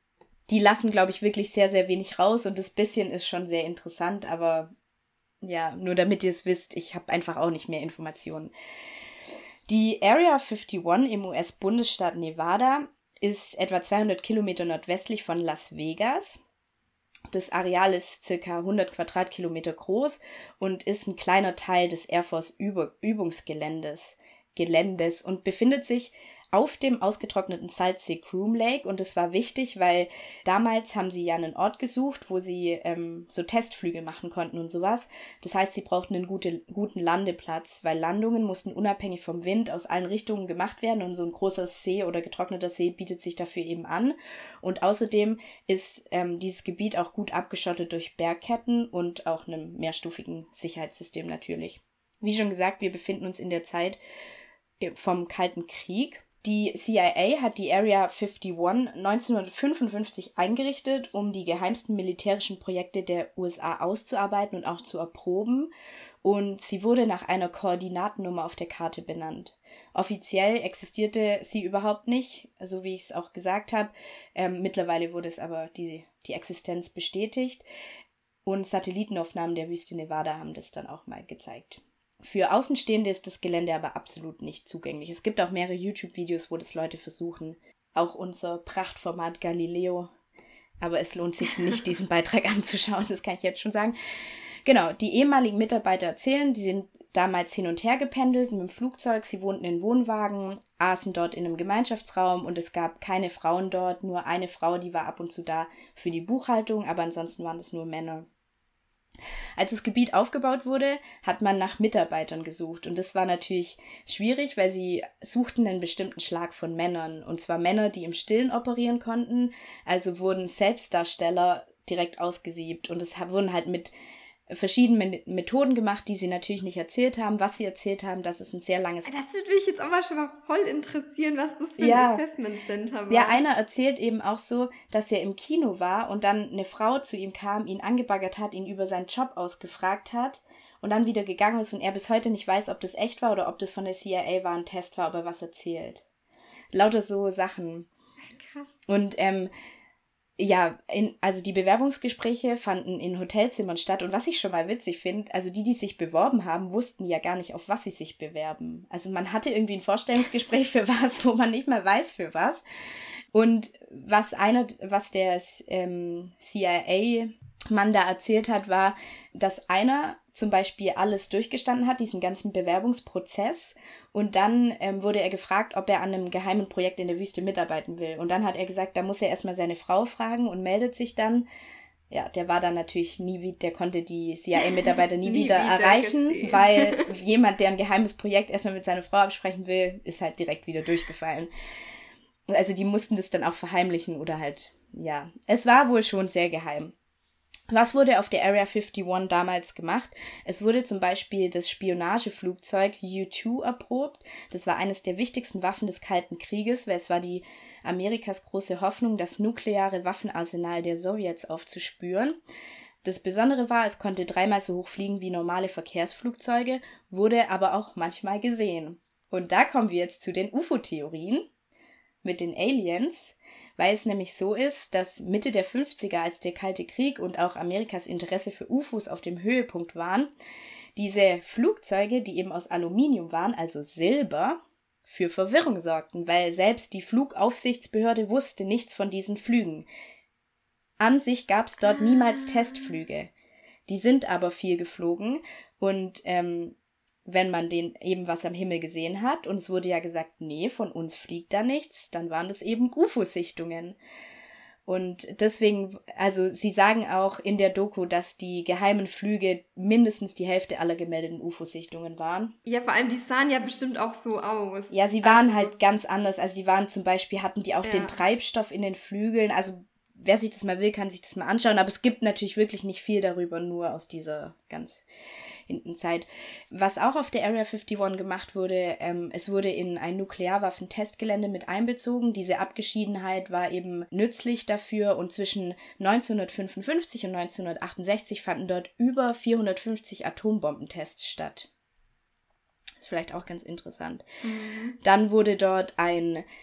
die lassen, glaube ich, wirklich sehr, sehr wenig raus und das bisschen ist schon sehr interessant, aber ja, nur damit ihr es wisst, ich habe einfach auch nicht mehr Informationen. Die Area 51 im US-Bundesstaat Nevada ist etwa 200 Kilometer nordwestlich von Las Vegas. Das Areal ist ca. 100 Quadratkilometer groß und ist ein kleiner Teil des Air Force Übungsgeländes und befindet sich auf dem ausgetrockneten Salzsee Groom Lake. Und das war wichtig, weil damals haben sie ja einen Ort gesucht, wo sie so Testflüge machen konnten und sowas. Das heißt, sie brauchten einen guten Landeplatz, weil Landungen mussten unabhängig vom Wind aus allen Richtungen gemacht werden und so ein großer See oder getrockneter See bietet sich dafür eben an. Und außerdem ist dieses Gebiet auch gut abgeschottet durch Bergketten und auch einem mehrstufigen Sicherheitssystem natürlich. Wie schon gesagt, wir befinden uns in der Zeit vom Kalten Krieg. Die CIA hat die Area 51 1955 eingerichtet, um die geheimsten militärischen Projekte der USA auszuarbeiten und auch zu erproben. Und sie wurde nach einer Koordinatennummer auf der Karte benannt. Offiziell existierte sie überhaupt nicht, so wie ich es auch gesagt habe. Mittlerweile wurde es aber die Existenz bestätigt. Und Satellitenaufnahmen der Wüste Nevada haben das dann auch mal gezeigt. Für Außenstehende ist das Gelände aber absolut nicht zugänglich. Es gibt auch mehrere YouTube-Videos, wo das Leute versuchen. Auch unser Prachtformat Galileo. Aber es lohnt sich nicht, diesen Beitrag anzuschauen, das kann ich jetzt schon sagen. Genau, die ehemaligen Mitarbeiter erzählen, die sind damals hin und her gependelt mit dem Flugzeug. Sie wohnten in Wohnwagen, aßen dort in einem Gemeinschaftsraum und es gab keine Frauen dort. Nur eine Frau, die war ab und zu da für die Buchhaltung, aber ansonsten waren es nur Männer. Als das Gebiet aufgebaut wurde, hat man nach Mitarbeitern gesucht. Und das war natürlich schwierig, weil sie suchten einen bestimmten Schlag von Männern. Und zwar Männer, die im Stillen operieren konnten. Also wurden Selbstdarsteller direkt ausgesiebt. Und es wurden halt mit verschiedenen Methoden gemacht, die sie natürlich nicht erzählt haben. Was sie erzählt haben, das ist ein sehr langes... Das würde mich jetzt aber schon mal voll interessieren, was das für ein Assessment Center war. Ja, einer erzählt eben auch so, dass er im Kino war und dann eine Frau zu ihm kam, ihn angebaggert hat, ihn über seinen Job ausgefragt hat und dann wieder gegangen ist und er bis heute nicht weiß, ob das echt war oder ob das von der CIA war, ein Test war, ob er was erzählt. Lauter so Sachen. Krass. Und also die Bewerbungsgespräche fanden in Hotelzimmern statt und was ich schon mal witzig finde, also die sich beworben haben, wussten ja gar nicht, auf was sie sich bewerben. Also man hatte irgendwie ein Vorstellungsgespräch für was, wo man nicht mal weiß für was. Und was der CIA-Mann da erzählt hat, war, dass einer zum Beispiel alles durchgestanden hat, diesen ganzen Bewerbungsprozess. Und dann wurde er gefragt, ob er an einem geheimen Projekt in der Wüste mitarbeiten will. Und dann hat er gesagt, da muss er erstmal seine Frau fragen und meldet sich dann. Ja, der war dann natürlich der konnte die CIA-Mitarbeiter nie wieder erreichen, weil jemand, der ein geheimes Projekt erstmal mit seiner Frau absprechen will, ist halt direkt wieder durchgefallen. Also die mussten das dann auch verheimlichen oder halt, ja. Es war wohl schon sehr geheim. Was wurde auf der Area 51 damals gemacht? Es wurde zum Beispiel das Spionageflugzeug U-2 erprobt. Das war eines der wichtigsten Waffen des Kalten Krieges, weil es war die Amerikas große Hoffnung, das nukleare Waffenarsenal der Sowjets aufzuspüren. Das Besondere war, es konnte 3-mal so hoch fliegen wie normale Verkehrsflugzeuge, wurde aber auch manchmal gesehen. Und da kommen wir jetzt zu den UFO-Theorien mit den Aliens. Weil es nämlich so ist, dass Mitte der 50er, als der Kalte Krieg und auch Amerikas Interesse für UFOs auf dem Höhepunkt waren, diese Flugzeuge, die eben aus Aluminium waren, also Silber, für Verwirrung sorgten, weil selbst die Flugaufsichtsbehörde wusste nichts von diesen Flügen. An sich gab es dort niemals Testflüge. Die sind aber viel geflogen und wenn man eben was am Himmel gesehen hat und es wurde ja gesagt, nee, von uns fliegt da nichts, dann waren das eben UFO-Sichtungen. Und deswegen, also sie sagen auch in der Doku, dass die geheimen Flüge mindestens die Hälfte aller gemeldeten UFO-Sichtungen waren. Ja, vor allem, die sahen ja bestimmt auch so aus. Ja, sie waren halt ganz anders. Also die waren zum Beispiel, hatten die auch den Treibstoff in den Flügeln. Also wer sich das mal will, kann sich das mal anschauen. Aber es gibt natürlich wirklich nicht viel darüber, nur aus dieser ganz hinten Zeit. Was auch auf der Area 51 gemacht wurde, es wurde in ein Nuklearwaffentestgelände mit einbezogen. Diese Abgeschiedenheit war eben nützlich dafür und zwischen 1955 und 1968 fanden dort über 450 Atombombentests statt. Das ist vielleicht auch ganz interessant. Mhm. Dann wurde dort ein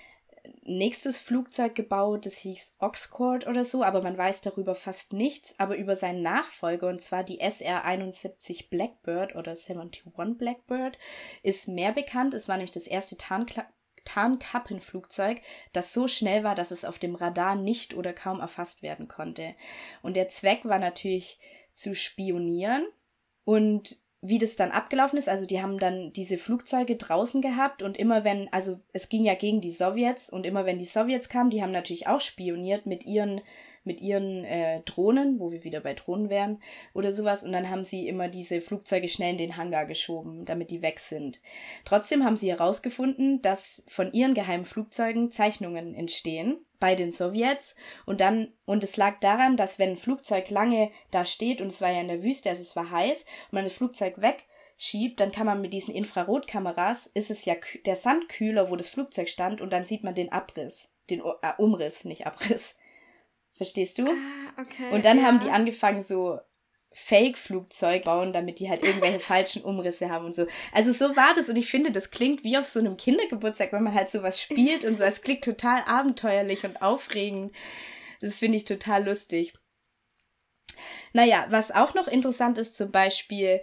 nächstes Flugzeug gebaut, das hieß Oxcord oder so, aber man weiß darüber fast nichts. Aber über seinen Nachfolger, und zwar die SR-71 Blackbird oder 71 Blackbird, ist mehr bekannt. Es war nämlich das erste Tarnkappenflugzeug, das so schnell war, dass es auf dem Radar nicht oder kaum erfasst werden konnte. Und der Zweck war natürlich zu spionieren. Und wie das dann abgelaufen ist, also die haben dann diese Flugzeuge draußen gehabt und immer wenn, also es ging ja gegen die Sowjets und immer wenn die Sowjets kamen, die haben natürlich auch spioniert mit ihren Drohnen, wo wir wieder bei Drohnen wären oder sowas, und dann haben sie immer diese Flugzeuge schnell in den Hangar geschoben, damit die weg sind. Trotzdem haben sie herausgefunden, dass von ihren geheimen Flugzeugen Zeichnungen entstehen bei den Sowjets und es lag daran, dass wenn ein Flugzeug lange da steht und es war ja in der Wüste, also es war heiß, und man das Flugzeug wegschiebt, dann kann man mit diesen Infrarotkameras, ist es ja der Sandkühler, wo das Flugzeug stand, und dann sieht man den Abriss, den Umriss, nicht Abriss. Verstehst du? Okay. Und dann haben die angefangen, so Fake-Flugzeug bauen, damit die halt irgendwelche falschen Umrisse haben und so. Also so war das, und ich finde, das klingt wie auf so einem Kindergeburtstag, wenn man halt sowas spielt und so. Es klingt total abenteuerlich und aufregend. Das finde ich total lustig. Naja, was auch noch interessant ist, zum Beispiel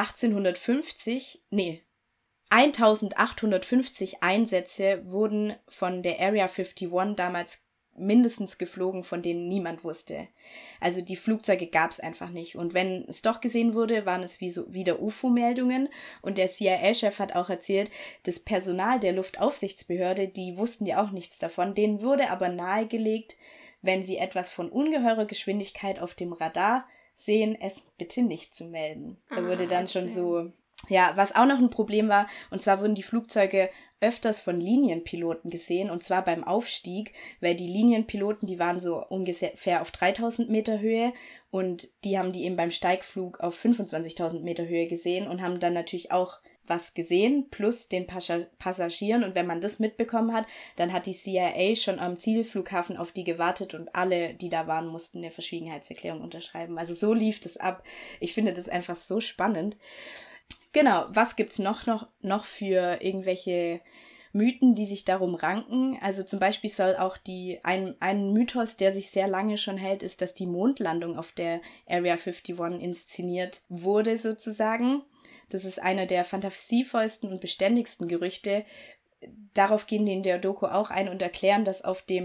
1850 Einsätze wurden von der Area 51 damals mindestens geflogen, von denen niemand wusste. Also die Flugzeuge gab es einfach nicht. Und wenn es doch gesehen wurde, waren es wieder UFO-Meldungen. Und der CIA-Chef hat auch erzählt, das Personal der Luftaufsichtsbehörde, die wussten ja auch nichts davon. Denen wurde aber nahegelegt, wenn sie etwas von ungeheurer Geschwindigkeit auf dem Radar sehen, es bitte nicht zu melden. Da wurde dann schon so... Ja, was auch noch ein Problem war, und zwar wurden die Flugzeuge öfters von Linienpiloten gesehen, und zwar beim Aufstieg, weil die Linienpiloten, die waren so ungefähr auf 3000 Meter Höhe, und die haben die eben beim Steigflug auf 25.000 Meter Höhe gesehen und haben dann natürlich auch was gesehen, plus den Passagieren, und wenn man das mitbekommen hat, dann hat die CIA schon am Zielflughafen auf die gewartet und alle, die da waren, mussten eine Verschwiegenheitserklärung unterschreiben. Also so lief das ab. Ich finde das einfach so spannend. Genau, was gibt's noch für irgendwelche Mythen, die sich darum ranken? Also zum Beispiel soll auch ein Mythos, der sich sehr lange schon hält, ist, dass die Mondlandung auf der Area 51 inszeniert wurde sozusagen. Das ist einer der fantasievollsten und beständigsten Gerüchte. Darauf gehen die in der Doku auch ein und erklären, dass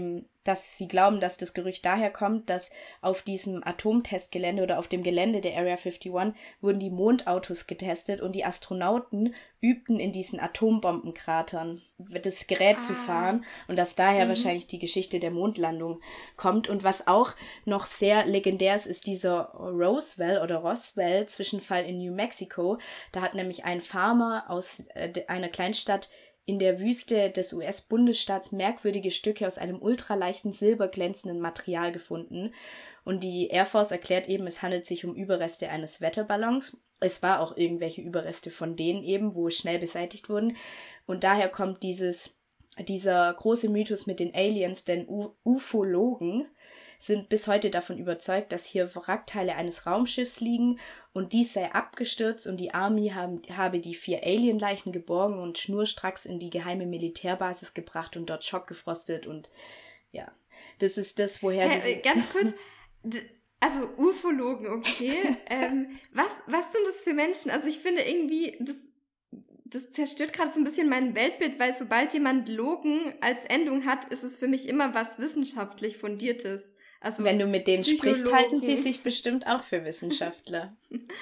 sie glauben, dass das Gerücht daher kommt, dass auf diesem Atomtestgelände oder auf dem Gelände der Area 51 wurden die Mondautos getestet und die Astronauten übten in diesen Atombombenkratern das Gerät zu fahren, und dass daher wahrscheinlich die Geschichte der Mondlandung kommt. Und was auch noch sehr legendär ist dieser Roswell Zwischenfall in New Mexico. Da hat nämlich ein Farmer aus einer Kleinstadt in der Wüste des US-Bundesstaats merkwürdige Stücke aus einem ultraleichten, silberglänzenden Material gefunden. Und die Air Force erklärt eben, es handelt sich um Überreste eines Wetterballons. Es war auch irgendwelche Überreste von denen eben, wo schnell beseitigt wurden. Und daher kommt dieser große Mythos mit den Aliens, denn Ufologen sind bis heute davon überzeugt, dass hier Wrackteile eines Raumschiffs liegen und dies sei abgestürzt und die Army habe die 4 Alienleichen geborgen und schnurstracks in die geheime Militärbasis gebracht und dort schockgefrostet, und ja, das ist das, woher ganz kurz, also Ufologen, okay, was sind das für Menschen? Also ich finde irgendwie, das zerstört gerade so ein bisschen mein Weltbild, weil sobald jemand Logen als Endung hat, ist es für mich immer was wissenschaftlich Fundiertes. Also wenn du mit denen sprichst, halten sie sich bestimmt auch für Wissenschaftler.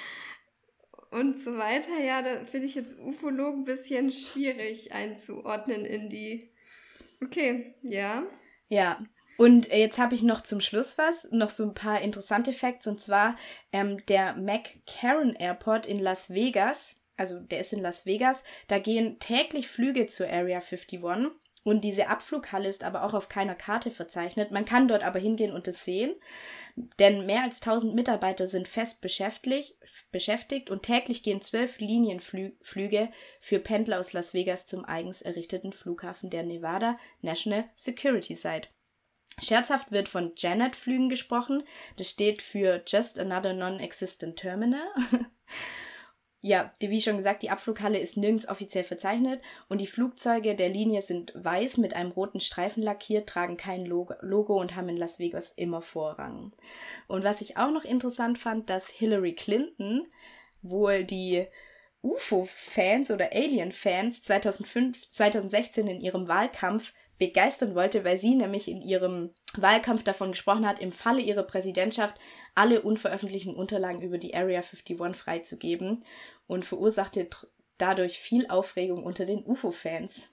Und so weiter, ja, da finde ich jetzt Ufologen ein bisschen schwierig einzuordnen in die... Okay, ja. Ja, und jetzt habe ich noch zum Schluss noch so ein paar interessante Facts, und zwar der McCarran Airport in Las Vegas, also der ist in Las Vegas, da gehen täglich Flüge zur Area 51. Und diese Abflughalle ist aber auch auf keiner Karte verzeichnet. Man kann dort aber hingehen und es sehen, denn mehr als 1000 Mitarbeiter sind fest beschäftigt und täglich gehen 12 Linienflüge für Pendler aus Las Vegas zum eigens errichteten Flughafen der Nevada National Security Site. Scherzhaft wird von Janet-Flügen gesprochen. Das steht für Just Another Non-Existent Terminal. ja, wie schon gesagt, die Abflughalle ist nirgends offiziell verzeichnet und die Flugzeuge der Linie sind weiß mit einem roten Streifen lackiert, tragen kein Logo und haben in Las Vegas immer Vorrang. Und was ich auch noch interessant fand, dass Hillary Clinton wohl die UFO-Fans oder Alien-Fans 2016 in ihrem Wahlkampf begeistern wollte, weil sie nämlich in ihrem Wahlkampf davon gesprochen hat, im Falle ihrer Präsidentschaft alle unveröffentlichten Unterlagen über die Area 51 freizugeben und verursachte dadurch viel Aufregung unter den UFO-Fans.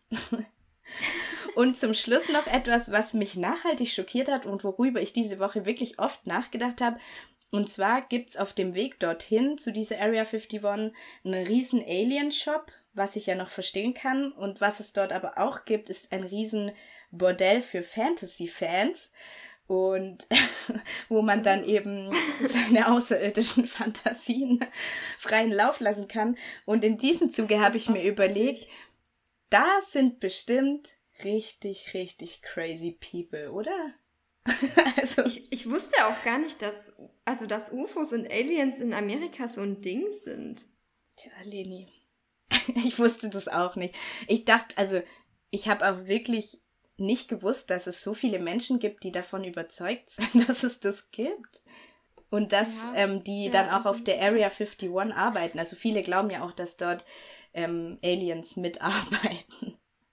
Und zum Schluss noch etwas, was mich nachhaltig schockiert hat und worüber ich diese Woche wirklich oft nachgedacht habe. Und zwar gibt es auf dem Weg dorthin zu dieser Area 51 einen riesen Alien-Shop, was ich ja noch verstehen kann. Und was es dort aber auch gibt, ist ein riesen Bordell für Fantasy-Fans. Und wo man dann eben seine außerirdischen Fantasien freien Lauf lassen kann. Und in diesem Zuge habe ich mir überlegt, da sind bestimmt richtig, richtig crazy people, oder? Also ich wusste auch gar nicht, dass UFOs und Aliens in Amerika so ein Ding sind. Tja, Leni, ich wusste das auch nicht. Ich dachte, also ich habe auch wirklich nicht gewusst, dass es so viele Menschen gibt, die davon überzeugt sind, dass es das gibt. Und dass die dann auch auf der Area 51 arbeiten. Also viele glauben ja auch, dass dort Aliens mitarbeiten.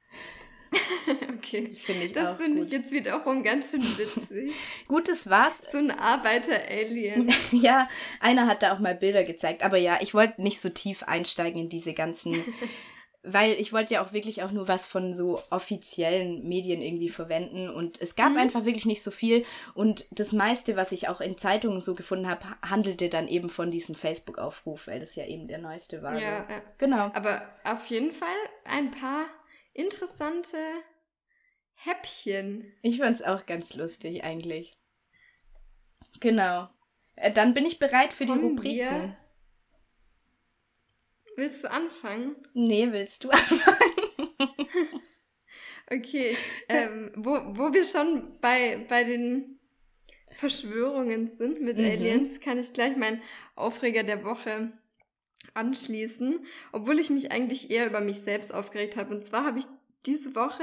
Okay, das finde ich das finde ich jetzt wiederum ganz schön witzig. Gut, das war's. So ein Arbeiter-Alien. Ja, einer hat da auch mal Bilder gezeigt. Aber ja, ich wollte nicht so tief einsteigen in diese ganzen, weil ich wollte ja auch wirklich auch nur was von so offiziellen Medien irgendwie verwenden. Und es gab einfach wirklich nicht so viel. Und das meiste, was ich auch in Zeitungen so gefunden habe, handelte dann eben von diesem Facebook-Aufruf, weil das ja eben der neueste war. Ja, so. Genau. Aber auf jeden Fall ein paar interessante Häppchen. Ich fand's auch ganz lustig eigentlich. Genau. Dann bin ich bereit für die Rubriken. Willst du anfangen? Nee, willst du anfangen? Okay, wo wir schon bei den Verschwörungen sind mit Aliens, kann ich gleich meinen Aufreger der Woche anschließen, obwohl ich mich eigentlich eher über mich selbst aufgeregt habe. Und zwar habe ich diese Woche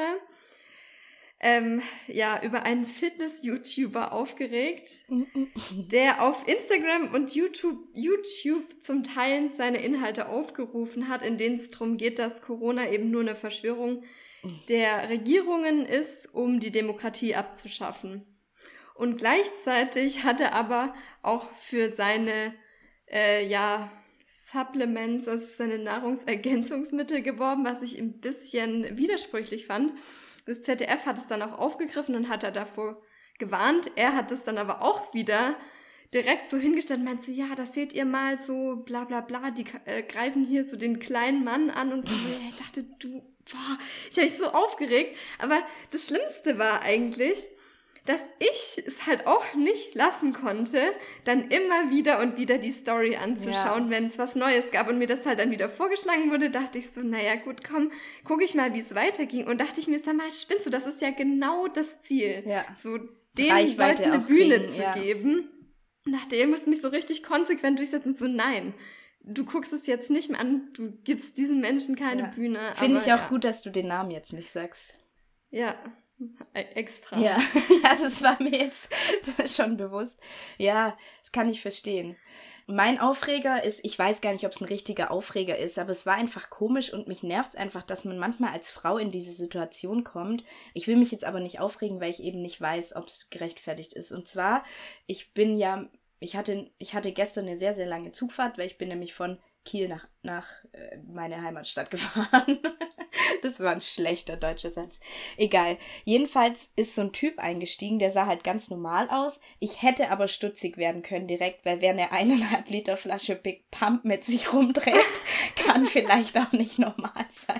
über einen Fitness-YouTuber aufgeregt, der auf Instagram und YouTube zum Teil seine Inhalte aufgerufen hat, in denen es darum geht, dass Corona eben nur eine Verschwörung der Regierungen ist, um die Demokratie abzuschaffen. Und gleichzeitig hat er aber auch für seine Supplements, also für seine Nahrungsergänzungsmittel geworben, was ich ein bisschen widersprüchlich fand. Das ZDF hat es dann auch aufgegriffen und hat er davor gewarnt. Er hat es dann aber auch wieder direkt so hingestellt und meinte so, ja, das seht ihr mal so, bla bla bla, die greifen hier so den kleinen Mann an und so. Ich dachte, ich habe mich so aufgeregt. Aber das Schlimmste war eigentlich, dass ich es halt auch nicht lassen konnte, dann immer wieder und wieder die Story anzuschauen, wenn es was Neues gab und mir das halt dann wieder vorgeschlagen wurde, dachte ich so, naja gut, komm, gucke ich mal, wie es weiterging und dachte ich mir, sag mal, spinnst du, das ist ja genau das Ziel, so denen Leuten eine Bühne zu geben. Und dachte, ihr müsst mich so richtig konsequent durchsetzen, so nein, du guckst es jetzt nicht mehr an, du gibst diesen Menschen keine Bühne. Finde ich auch gut, dass du den Namen jetzt nicht sagst. Ja, extra. Ja, das war mir jetzt schon bewusst. Ja, das kann ich verstehen. Mein Aufreger ist, ich weiß gar nicht, ob es ein richtiger Aufreger ist, aber es war einfach komisch und mich nervt es einfach, dass man manchmal als Frau in diese Situation kommt. Ich will mich jetzt aber nicht aufregen, weil ich eben nicht weiß, ob es gerechtfertigt ist. Und zwar, ich hatte gestern eine sehr, sehr lange Zugfahrt, weil ich bin nämlich von Kiel nach meiner Heimatstadt gefahren. Das war ein schlechter deutscher Satz. Egal. Jedenfalls ist so ein Typ eingestiegen, der sah halt ganz normal aus. Ich hätte aber stutzig werden können direkt, weil wer eine 1,5 Liter Flasche Big Pump mit sich rumträgt, kann vielleicht auch nicht normal sein.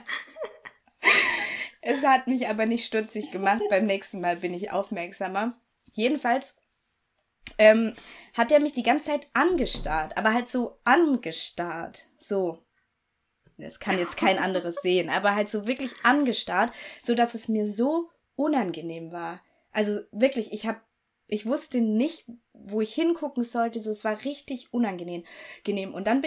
Es hat mich aber nicht stutzig gemacht. Beim nächsten Mal bin ich aufmerksamer. Jedenfalls hat er mich die ganze Zeit angestarrt, aber halt so angestarrt, so. Das kann jetzt kein anderes sehen, aber halt so wirklich angestarrt, so dass es mir so unangenehm war. Also wirklich, ich ich wusste nicht, wo ich hingucken sollte. So, es war richtig unangenehm. Und dann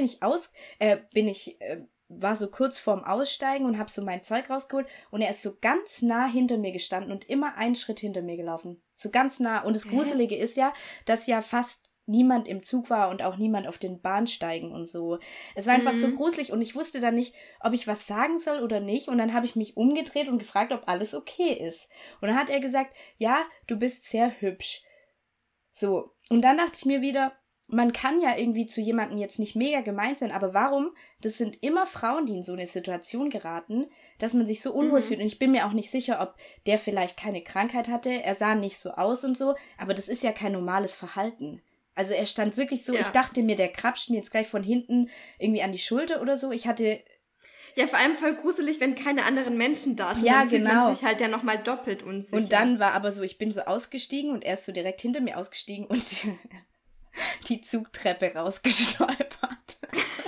war so kurz vorm Aussteigen und habe so mein Zeug rausgeholt und er ist so ganz nah hinter mir gestanden und immer einen Schritt hinter mir gelaufen. So ganz nah. Und das Gruselige ist ja, dass ja fast niemand im Zug war und auch niemand auf den Bahnsteigen und so. Es war einfach so gruselig und ich wusste dann nicht, ob ich was sagen soll oder nicht. Und dann habe ich mich umgedreht und gefragt, ob alles okay ist. Und dann hat er gesagt, ja, du bist sehr hübsch. So. Und dann dachte ich mir wieder, man kann ja irgendwie zu jemandem jetzt nicht mega gemein sein, aber warum? Das sind immer Frauen, die in so eine Situation geraten, dass man sich so unwohl fühlt. Und ich bin mir auch nicht sicher, ob der vielleicht keine Krankheit hatte. Er sah nicht so aus und so, aber das ist ja kein normales Verhalten. Also er stand wirklich so, ich dachte mir, der krapscht mir jetzt gleich von hinten irgendwie an die Schulter oder so. Ja, vor allem voll gruselig, wenn keine anderen Menschen da sind. Ja, dann fühlt genau. man sich halt ja nochmal doppelt unsicher. Und dann war aber so, ich bin so ausgestiegen und er ist so direkt hinter mir ausgestiegen und die Zugtreppe rausgestolpert.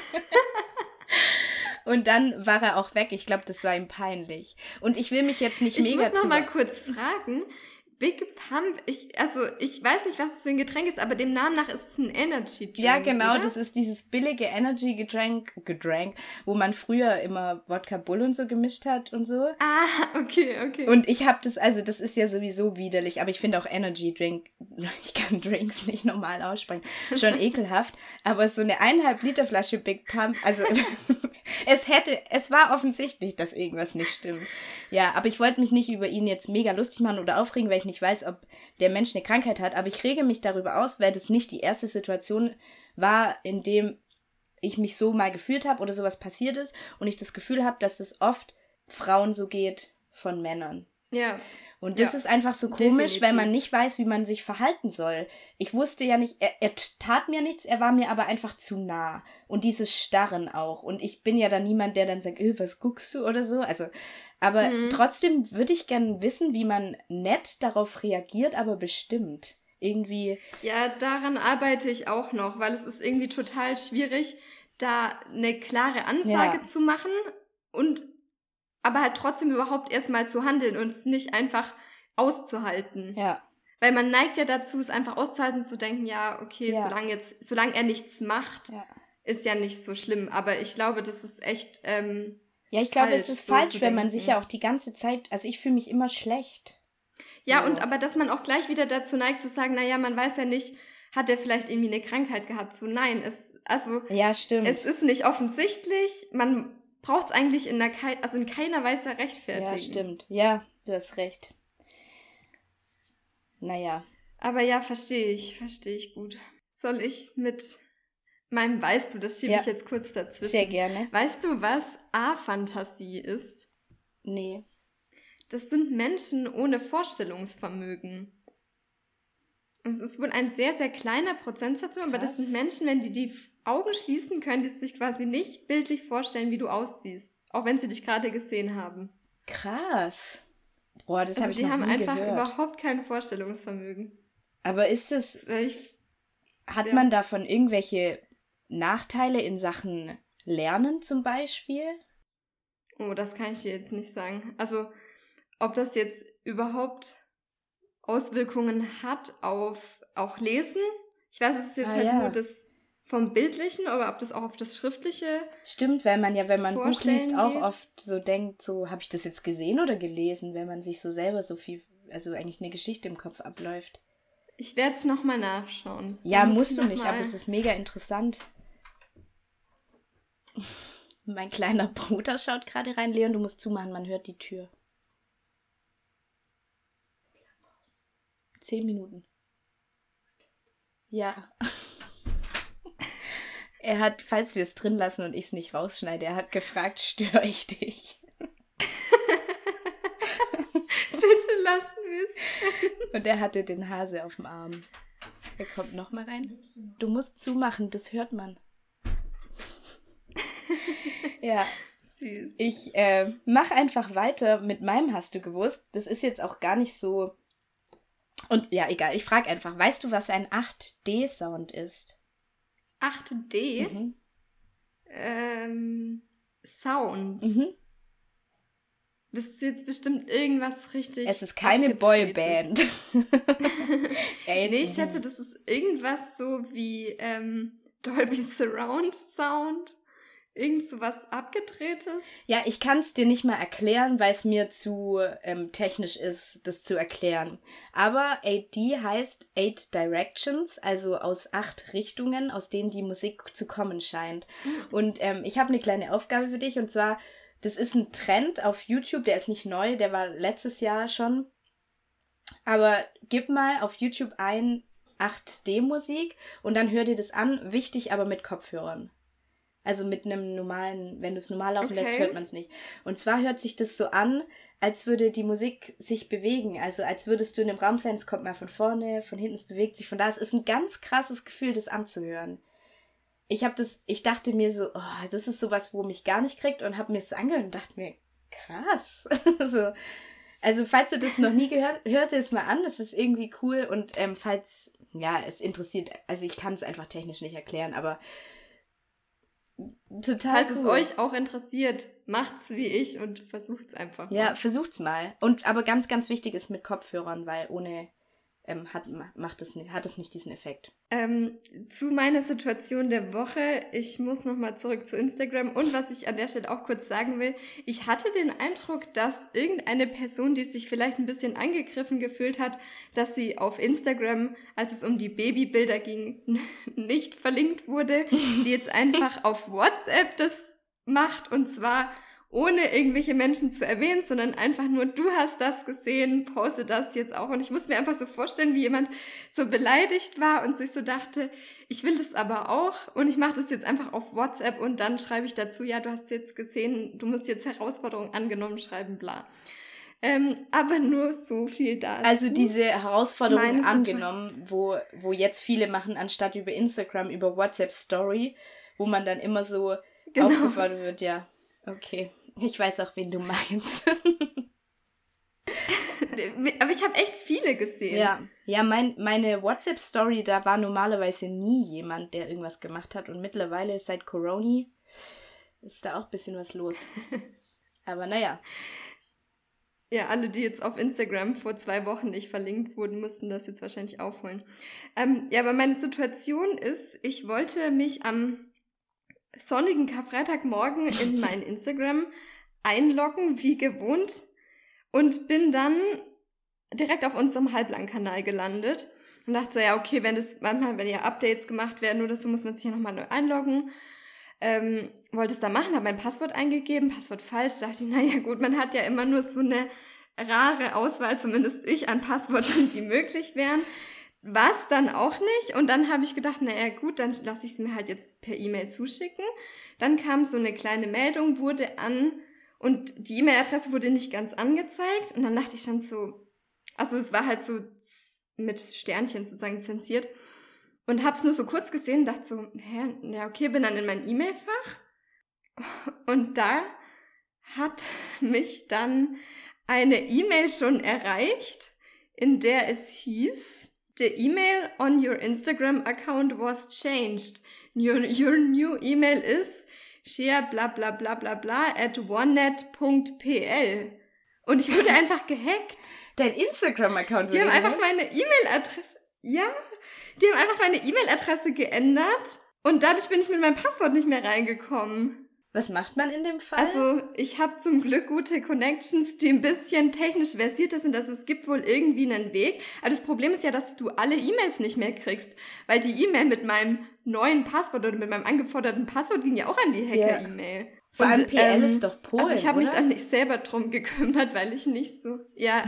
Und dann war er auch weg. Ich glaube, das war ihm peinlich. Und ich will mich jetzt nicht mega Ich muss noch mal kurz fragen. Big Pump, ich weiß nicht, was es für ein Getränk ist, aber dem Namen nach ist es ein Energy Drink. Ja, genau, oder? das ist dieses billige Energy-Getränk, wo man früher immer Wodka Bull und so gemischt hat und so. Ah, okay. Und ich habe das ist ja sowieso widerlich, aber ich finde auch Energy Drink, ich kann Drinks nicht normal aussprechen, schon ekelhaft, aber so eine 1,5 Liter Flasche Big Pump, also es war offensichtlich, dass irgendwas nicht stimmt. Ja, aber ich wollte mich nicht über ihn jetzt mega lustig machen oder aufregen, weil ich nicht weiß, ob der Mensch eine Krankheit hat, aber ich rege mich darüber aus, weil das nicht die erste Situation war, in dem ich mich so mal gefühlt habe oder sowas passiert ist und ich das Gefühl habe, dass das oft Frauen so geht von Männern. Ja. Und das ist einfach so komisch, definitiv, weil man nicht weiß, wie man sich verhalten soll. Ich wusste ja nicht, er tat mir nichts, er war mir aber einfach zu nah. Und dieses Starren auch. Und ich bin ja dann niemand, der dann sagt, was guckst du oder so. Also, aber trotzdem würde ich gerne wissen, wie man nett darauf reagiert, aber bestimmt. Irgendwie. Ja, daran arbeite ich auch noch, weil es ist irgendwie total schwierig, da eine klare Ansage zu machen und aber halt trotzdem überhaupt erstmal zu handeln und es nicht einfach auszuhalten. Ja. Weil man neigt ja dazu, es einfach auszuhalten, zu denken, ja, okay, solange er nichts macht, ist ja nicht so schlimm. Aber ich glaube, das ist echt ja, ich glaube, es ist so falsch, wenn man sich ja auch die ganze Zeit, also ich fühle mich immer schlecht. Ja, und aber dass man auch gleich wieder dazu neigt zu sagen, naja, man weiß ja nicht, hat er vielleicht irgendwie eine Krankheit gehabt? So, nein, ja, stimmt. Es ist nicht offensichtlich, man braucht es eigentlich in keiner Weise rechtfertigen. Ja, stimmt. Ja, du hast recht. Naja. Aber ja, verstehe ich gut. Soll ich mit meinem Weißt du, das schiebe ich jetzt kurz dazwischen. Sehr gerne. Weißt du, was Aphantasie ist? Nee. Das sind Menschen ohne Vorstellungsvermögen. Und es ist wohl ein sehr, sehr kleiner Prozentsatz, aber das sind Menschen, wenn die Augen schließen, können die sich quasi nicht bildlich vorstellen, wie du aussiehst. Auch wenn sie dich gerade gesehen haben. Krass. Boah, das habe ich noch nie gehört. Die haben einfach überhaupt kein Vorstellungsvermögen. Aber ist es... Hat man davon irgendwelche Nachteile in Sachen Lernen zum Beispiel? Oh, das kann ich dir jetzt nicht sagen. Also, ob das jetzt überhaupt Auswirkungen hat auf auch Lesen. Ich weiß, es ist jetzt nur das vom Bildlichen, aber ob das auch auf das Schriftliche stimmt, weil man ja, wenn man Buch liest, auch oft so denkt, so, habe ich das jetzt gesehen oder gelesen, wenn man sich so selber so viel, also eigentlich eine Geschichte im Kopf abläuft. Ich werde es nochmal nachschauen. Ja, musst du nicht, aber es ist mega interessant. Mein kleiner Bruder schaut gerade rein. Leon, du musst zumachen, man hört die Tür. 10 Minuten. Ja. Er hat, falls wir es drin lassen und ich es nicht rausschneide, er hat gefragt, störe ich dich? Bitte lassen wir es. Und er hatte den Hase auf dem Arm. Er kommt nochmal rein. Du musst zumachen, das hört man. Ja. Süß. Ich mache einfach weiter mit meinem Hast du gewusst. Das ist jetzt auch gar nicht so... Und ja, egal, ich frage einfach, weißt du, was ein 8D-Sound ist? 8D? Sound. Mhm. Das ist jetzt bestimmt irgendwas richtig. Es ist keine Boyband. Nee, ich schätze, das ist irgendwas so wie Dolby Surround Sound. Irgend so was Abgedrehtes. Ja, ich kann es dir nicht mal erklären, weil es mir zu technisch ist, das zu erklären. Aber 8D heißt 8 Directions, also aus 8 Richtungen, aus denen die Musik zu kommen scheint. Und ich habe eine kleine Aufgabe für dich, und zwar, das ist ein Trend auf YouTube, der ist nicht neu, der war letztes Jahr schon. Aber gib mal auf YouTube ein 8D-Musik und dann hör dir das an, wichtig aber mit Kopfhörern. Also mit einem normalen, wenn du es normal laufen lässt, hört man es nicht. Und zwar hört sich das so an, als würde die Musik sich bewegen. Also als würdest du in einem Raum sein, es kommt mal von vorne, von hinten, es bewegt sich von da. Es ist ein ganz krasses Gefühl, das anzuhören. Ich dachte mir so, oh, das ist sowas, wo mich gar nicht kriegt, und habe mir es angehört und dachte mir, krass. Also falls du das noch nie gehört, hört es mal an, das ist irgendwie cool. Und falls, ja, es interessiert, also ich kann es einfach technisch nicht erklären, aber total Falls es euch auch interessiert, macht's wie ich und versucht's einfach mal. Ja, versucht's mal. Aber ganz, ganz wichtig ist mit Kopfhörern, weil ohne hat es nicht diesen Effekt. Zu meiner Situation der Woche, ich muss nochmal zurück zu Instagram, und was ich an der Stelle auch kurz sagen will, ich hatte den Eindruck, dass irgendeine Person, die sich vielleicht ein bisschen angegriffen gefühlt hat, dass sie auf Instagram, als es um die Babybilder ging, nicht verlinkt wurde, die jetzt einfach auf WhatsApp das macht, und zwar ohne irgendwelche Menschen zu erwähnen, sondern einfach nur, du hast das gesehen, poste das jetzt auch. Und ich muss mir einfach so vorstellen, wie jemand so beleidigt war und sich so dachte, ich will das aber auch und ich mache das jetzt einfach auf WhatsApp und dann schreibe ich dazu, ja, du hast jetzt gesehen, du musst jetzt Herausforderungen angenommen schreiben, bla. Aber nur so viel dazu. Also diese Herausforderung angenommen, wo jetzt viele machen, anstatt über Instagram, über WhatsApp Story, wo man dann immer so aufgefordert wird, ja. Okay, ich weiß auch, wen du meinst. Aber ich habe echt viele gesehen. Ja, meine WhatsApp-Story, da war normalerweise nie jemand, der irgendwas gemacht hat. Und mittlerweile, seit Corona, ist da auch ein bisschen was los. Aber naja. Ja, alle, die jetzt auf Instagram vor 2 Wochen nicht verlinkt wurden, mussten das jetzt wahrscheinlich aufholen. Ja, aber meine Situation ist, ich wollte mich am sonnigen Karfreitagmorgen in mein Instagram einloggen, wie gewohnt, und bin dann direkt auf unserem Halblang-Kanal gelandet und dachte so, ja, okay, wenn ja Updates gemacht werden oder so, muss man sich ja nochmal neu einloggen. Wollte es da machen, habe mein Passwort eingegeben, Passwort falsch, dachte ich, naja gut, man hat ja immer nur so eine rare Auswahl, zumindest ich, an Passwörtern, die möglich wären. Was dann auch nicht, und dann habe ich gedacht, naja gut, dann lasse ich es mir halt jetzt per E-Mail zuschicken. Dann kam so eine kleine Meldung, wurde an, und die E-Mail-Adresse wurde nicht ganz angezeigt, und dann dachte ich schon so, also es war halt so mit Sternchen sozusagen zensiert, und habe es nur so kurz gesehen und dachte so, ja okay, bin dann in mein E-Mail-Fach, und da hat mich dann eine E-Mail schon erreicht, in der es hieß, the email on your Instagram account was changed. Your new email is share bla bla bla bla bla at onenet.pl. Und ich wurde einfach gehackt. Dein Instagram-Account wurde gehackt? Die haben einfach meine E-Mail-Adresse, die haben einfach meine E-Mail-Adresse geändert und dadurch bin ich mit meinem Passwort nicht mehr reingekommen. Was macht man in dem Fall? Also ich habe zum Glück gute Connections, die ein bisschen technisch versiert sind, dass es gibt wohl irgendwie einen Weg. Aber das Problem ist ja, dass du alle E-Mails nicht mehr kriegst, weil die E-Mail mit meinem neuen Passwort oder mit meinem angeforderten Passwort ging ja auch an die Hacker-E-Mail. Vor allem PL ist doch Polen, also ich habe mich dann nicht selber drum gekümmert, weil ich nicht so... Ja.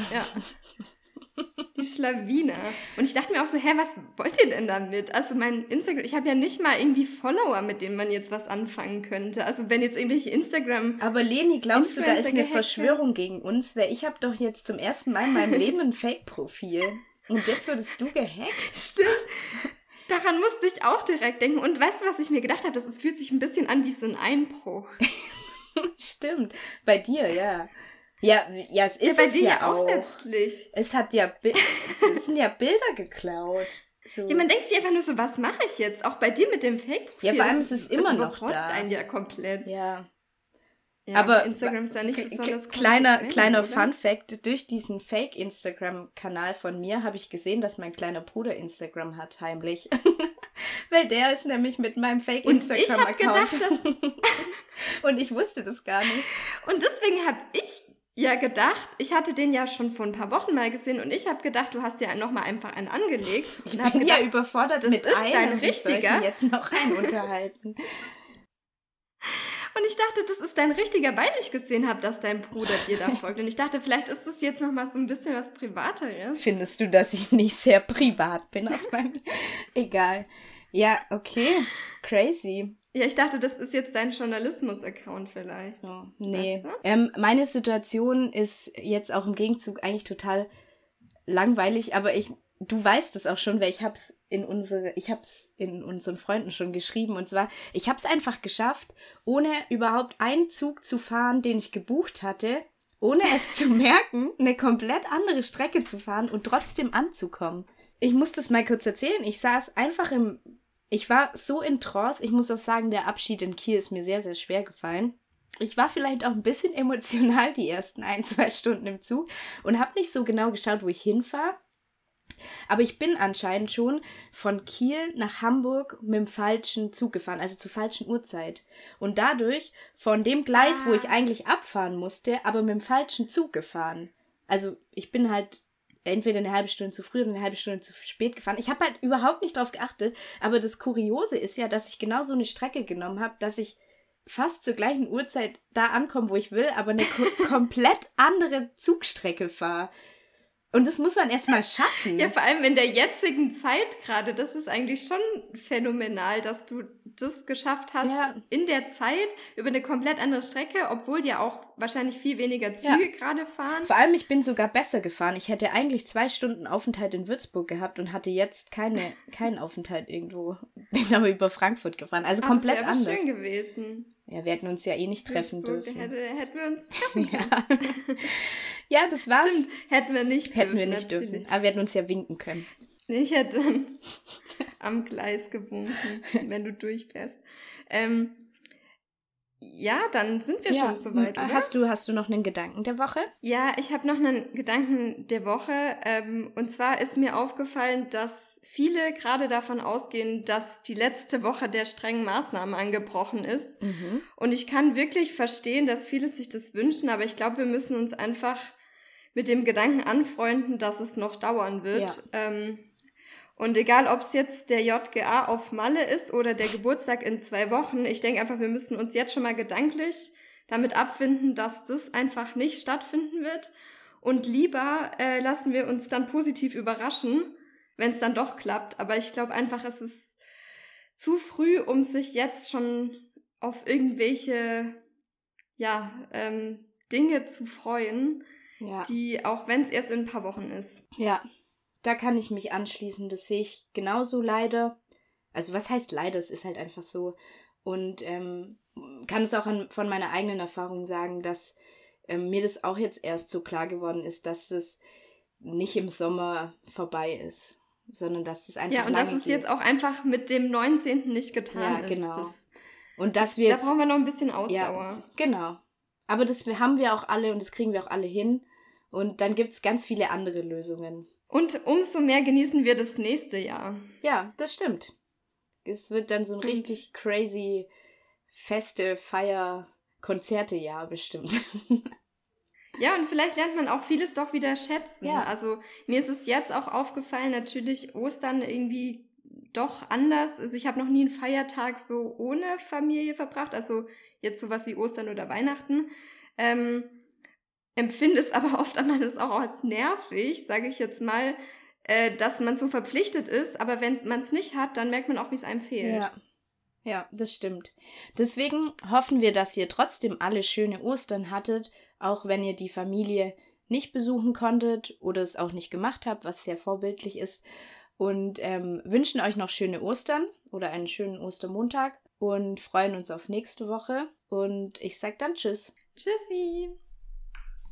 Die Schlawiner. Und ich dachte mir auch so, was wollt ihr denn damit? Also mein Instagram, ich habe ja nicht mal irgendwie Follower, mit denen man jetzt was anfangen könnte. Also wenn jetzt irgendwelche Instagram... Aber Leni, glaubst du, da ist eine Verschwörung gegen uns? Weil ich habe doch jetzt zum ersten Mal in meinem Leben ein Fake-Profil. Und jetzt wurdest du gehackt? Stimmt. Daran musste ich auch direkt denken. Und weißt du, was ich mir gedacht habe? Es fühlt sich ein bisschen an wie so ein Einbruch. Stimmt. Bei dir, ja. Ja, es ist ja, es ja auch. Letztlich. Es hat ja, es sind ja Bilder geklaut. So. Ja, man denkt sich einfach nur so, was mache ich jetzt? Auch bei dir mit dem Fake-Profil. Ja, vor allem ist es immer noch da. Einen ja komplett. Ja. Ja, aber Instagram ist da nicht besonders kleiner Fun-Fact, durch diesen Fake-Instagram-Kanal von mir habe ich gesehen, dass mein kleiner Bruder Instagram hat, heimlich. Weil der ist nämlich mit meinem Fake-Instagram-Account. Und ich habe gedacht, und ich wusste das gar nicht. Und deswegen habe ich ja gedacht, ich hatte den ja schon vor ein paar Wochen mal gesehen und ich habe gedacht, du hast ja nochmal einfach einen angelegt. Ich bin gedacht, ja überfordert das mit ist einem, dein richtiger. Jetzt noch rein unterhalten. Und ich dachte, das ist dein richtiger, weil ich gesehen habe, dass dein Bruder dir da folgt. Und ich dachte, vielleicht ist das jetzt nochmal so ein bisschen was Privateres. Findest du, dass ich nicht sehr privat bin auf meinem... Egal. Ja, okay. Crazy. Ja, ich dachte, das ist jetzt dein Journalismus-Account vielleicht. Oh, nee. Weißt du? Meine Situation ist jetzt auch im Gegenzug eigentlich total langweilig, aber du weißt es auch schon, weil ich hab's in unseren Freunden schon geschrieben. Und zwar, ich hab's einfach geschafft, ohne überhaupt einen Zug zu fahren, den ich gebucht hatte, ohne es zu merken, eine komplett andere Strecke zu fahren und trotzdem anzukommen. Ich muss das mal kurz erzählen. Ich saß einfach ich war so in Trance. Ich muss auch sagen, der Abschied in Kiel ist mir sehr, sehr schwer gefallen. Ich war vielleicht auch ein bisschen emotional die ersten 1-2 Stunden im Zug und habe nicht so genau geschaut, wo ich hinfahre. Aber ich bin anscheinend schon von Kiel nach Hamburg mit dem falschen Zug gefahren, also zur falschen Uhrzeit. Und dadurch von dem Gleis, wo ich eigentlich abfahren musste, aber mit dem falschen Zug gefahren. Also ich bin halt entweder eine halbe Stunde zu früh oder eine halbe Stunde zu spät gefahren. Ich habe halt überhaupt nicht drauf geachtet, aber das Kuriose ist ja, dass ich genau so eine Strecke genommen habe, dass ich fast zur gleichen Uhrzeit da ankomme, wo ich will, aber eine komplett andere Zugstrecke fahre. Und das muss man erstmal schaffen. Ja, vor allem in der jetzigen Zeit gerade. Das ist eigentlich schon phänomenal, dass du das geschafft hast, in der Zeit über eine komplett andere Strecke, obwohl ja auch wahrscheinlich viel weniger Züge gerade fahren. Vor allem, ich bin sogar besser gefahren. Ich hätte eigentlich 2 Stunden Aufenthalt in Würzburg gehabt und hatte jetzt keinen Aufenthalt irgendwo. Bin aber über Frankfurt gefahren. Also komplett das anders. Das wäre schön gewesen. Ja, wir hätten uns ja eh nicht treffen dürfen. Hätten wir uns treffen können. Ja, das war's. Stimmt, hätten wir nicht dürfen. Aber wir hätten uns ja winken können. Ich hätte am Gleis gewunken, wenn du durchfährst. Ja, dann sind wir schon soweit, oder? Hast du noch einen Gedanken der Woche? Ja, ich habe noch einen Gedanken der Woche. Und zwar ist mir aufgefallen, dass viele gerade davon ausgehen, dass die letzte Woche der strengen Maßnahmen angebrochen ist. Mhm. Und ich kann wirklich verstehen, dass viele sich das wünschen, aber ich glaube, wir müssen uns einfach mit dem Gedanken anfreunden, dass es noch dauern wird. Ja. Und egal, ob es jetzt der JGA auf Malle ist oder der Geburtstag in 2 Wochen, ich denke einfach, wir müssen uns jetzt schon mal gedanklich damit abfinden, dass das einfach nicht stattfinden wird. Und lieber lassen wir uns dann positiv überraschen, wenn es dann doch klappt. Aber ich glaube einfach, es ist zu früh, um sich jetzt schon auf irgendwelche Dinge zu freuen, die, auch wenn es erst in ein paar Wochen ist. Ja. Da kann ich mich anschließen, das sehe ich genauso leider. Also was heißt leider, es ist halt einfach so. Und kann es auch von meiner eigenen Erfahrung sagen, dass mir das auch jetzt erst so klar geworden ist, dass es nicht im Sommer vorbei ist, sondern dass es einfach und dass es jetzt auch einfach mit dem 19. nicht getan ist. Ja, genau. Da brauchen wir noch ein bisschen Ausdauer. Ja, genau. Aber das haben wir auch alle und das kriegen wir auch alle hin. Und dann gibt es ganz viele andere Lösungen. Und umso mehr genießen wir das nächste Jahr. Ja, das stimmt. Es wird dann so ein richtig crazy Feste, Feier, Konzerte-Jahr bestimmt. Ja, und vielleicht lernt man auch vieles doch wieder schätzen. Ja. Also mir ist es jetzt auch aufgefallen, natürlich Ostern irgendwie doch anders. Also ich habe noch nie einen Feiertag so ohne Familie verbracht, also jetzt sowas wie Ostern oder Weihnachten. Empfinde es aber oft einmal das auch als nervig, sage ich jetzt mal, dass man so verpflichtet ist, aber wenn man es nicht hat, dann merkt man auch, wie es einem fehlt. Ja, das stimmt. Deswegen hoffen wir, dass ihr trotzdem alle schöne Ostern hattet, auch wenn ihr die Familie nicht besuchen konntet oder es auch nicht gemacht habt, was sehr vorbildlich ist. Und wünschen euch noch schöne Ostern oder einen schönen Ostermontag und freuen uns auf nächste Woche. Und ich sag dann Tschüss. Tschüssi.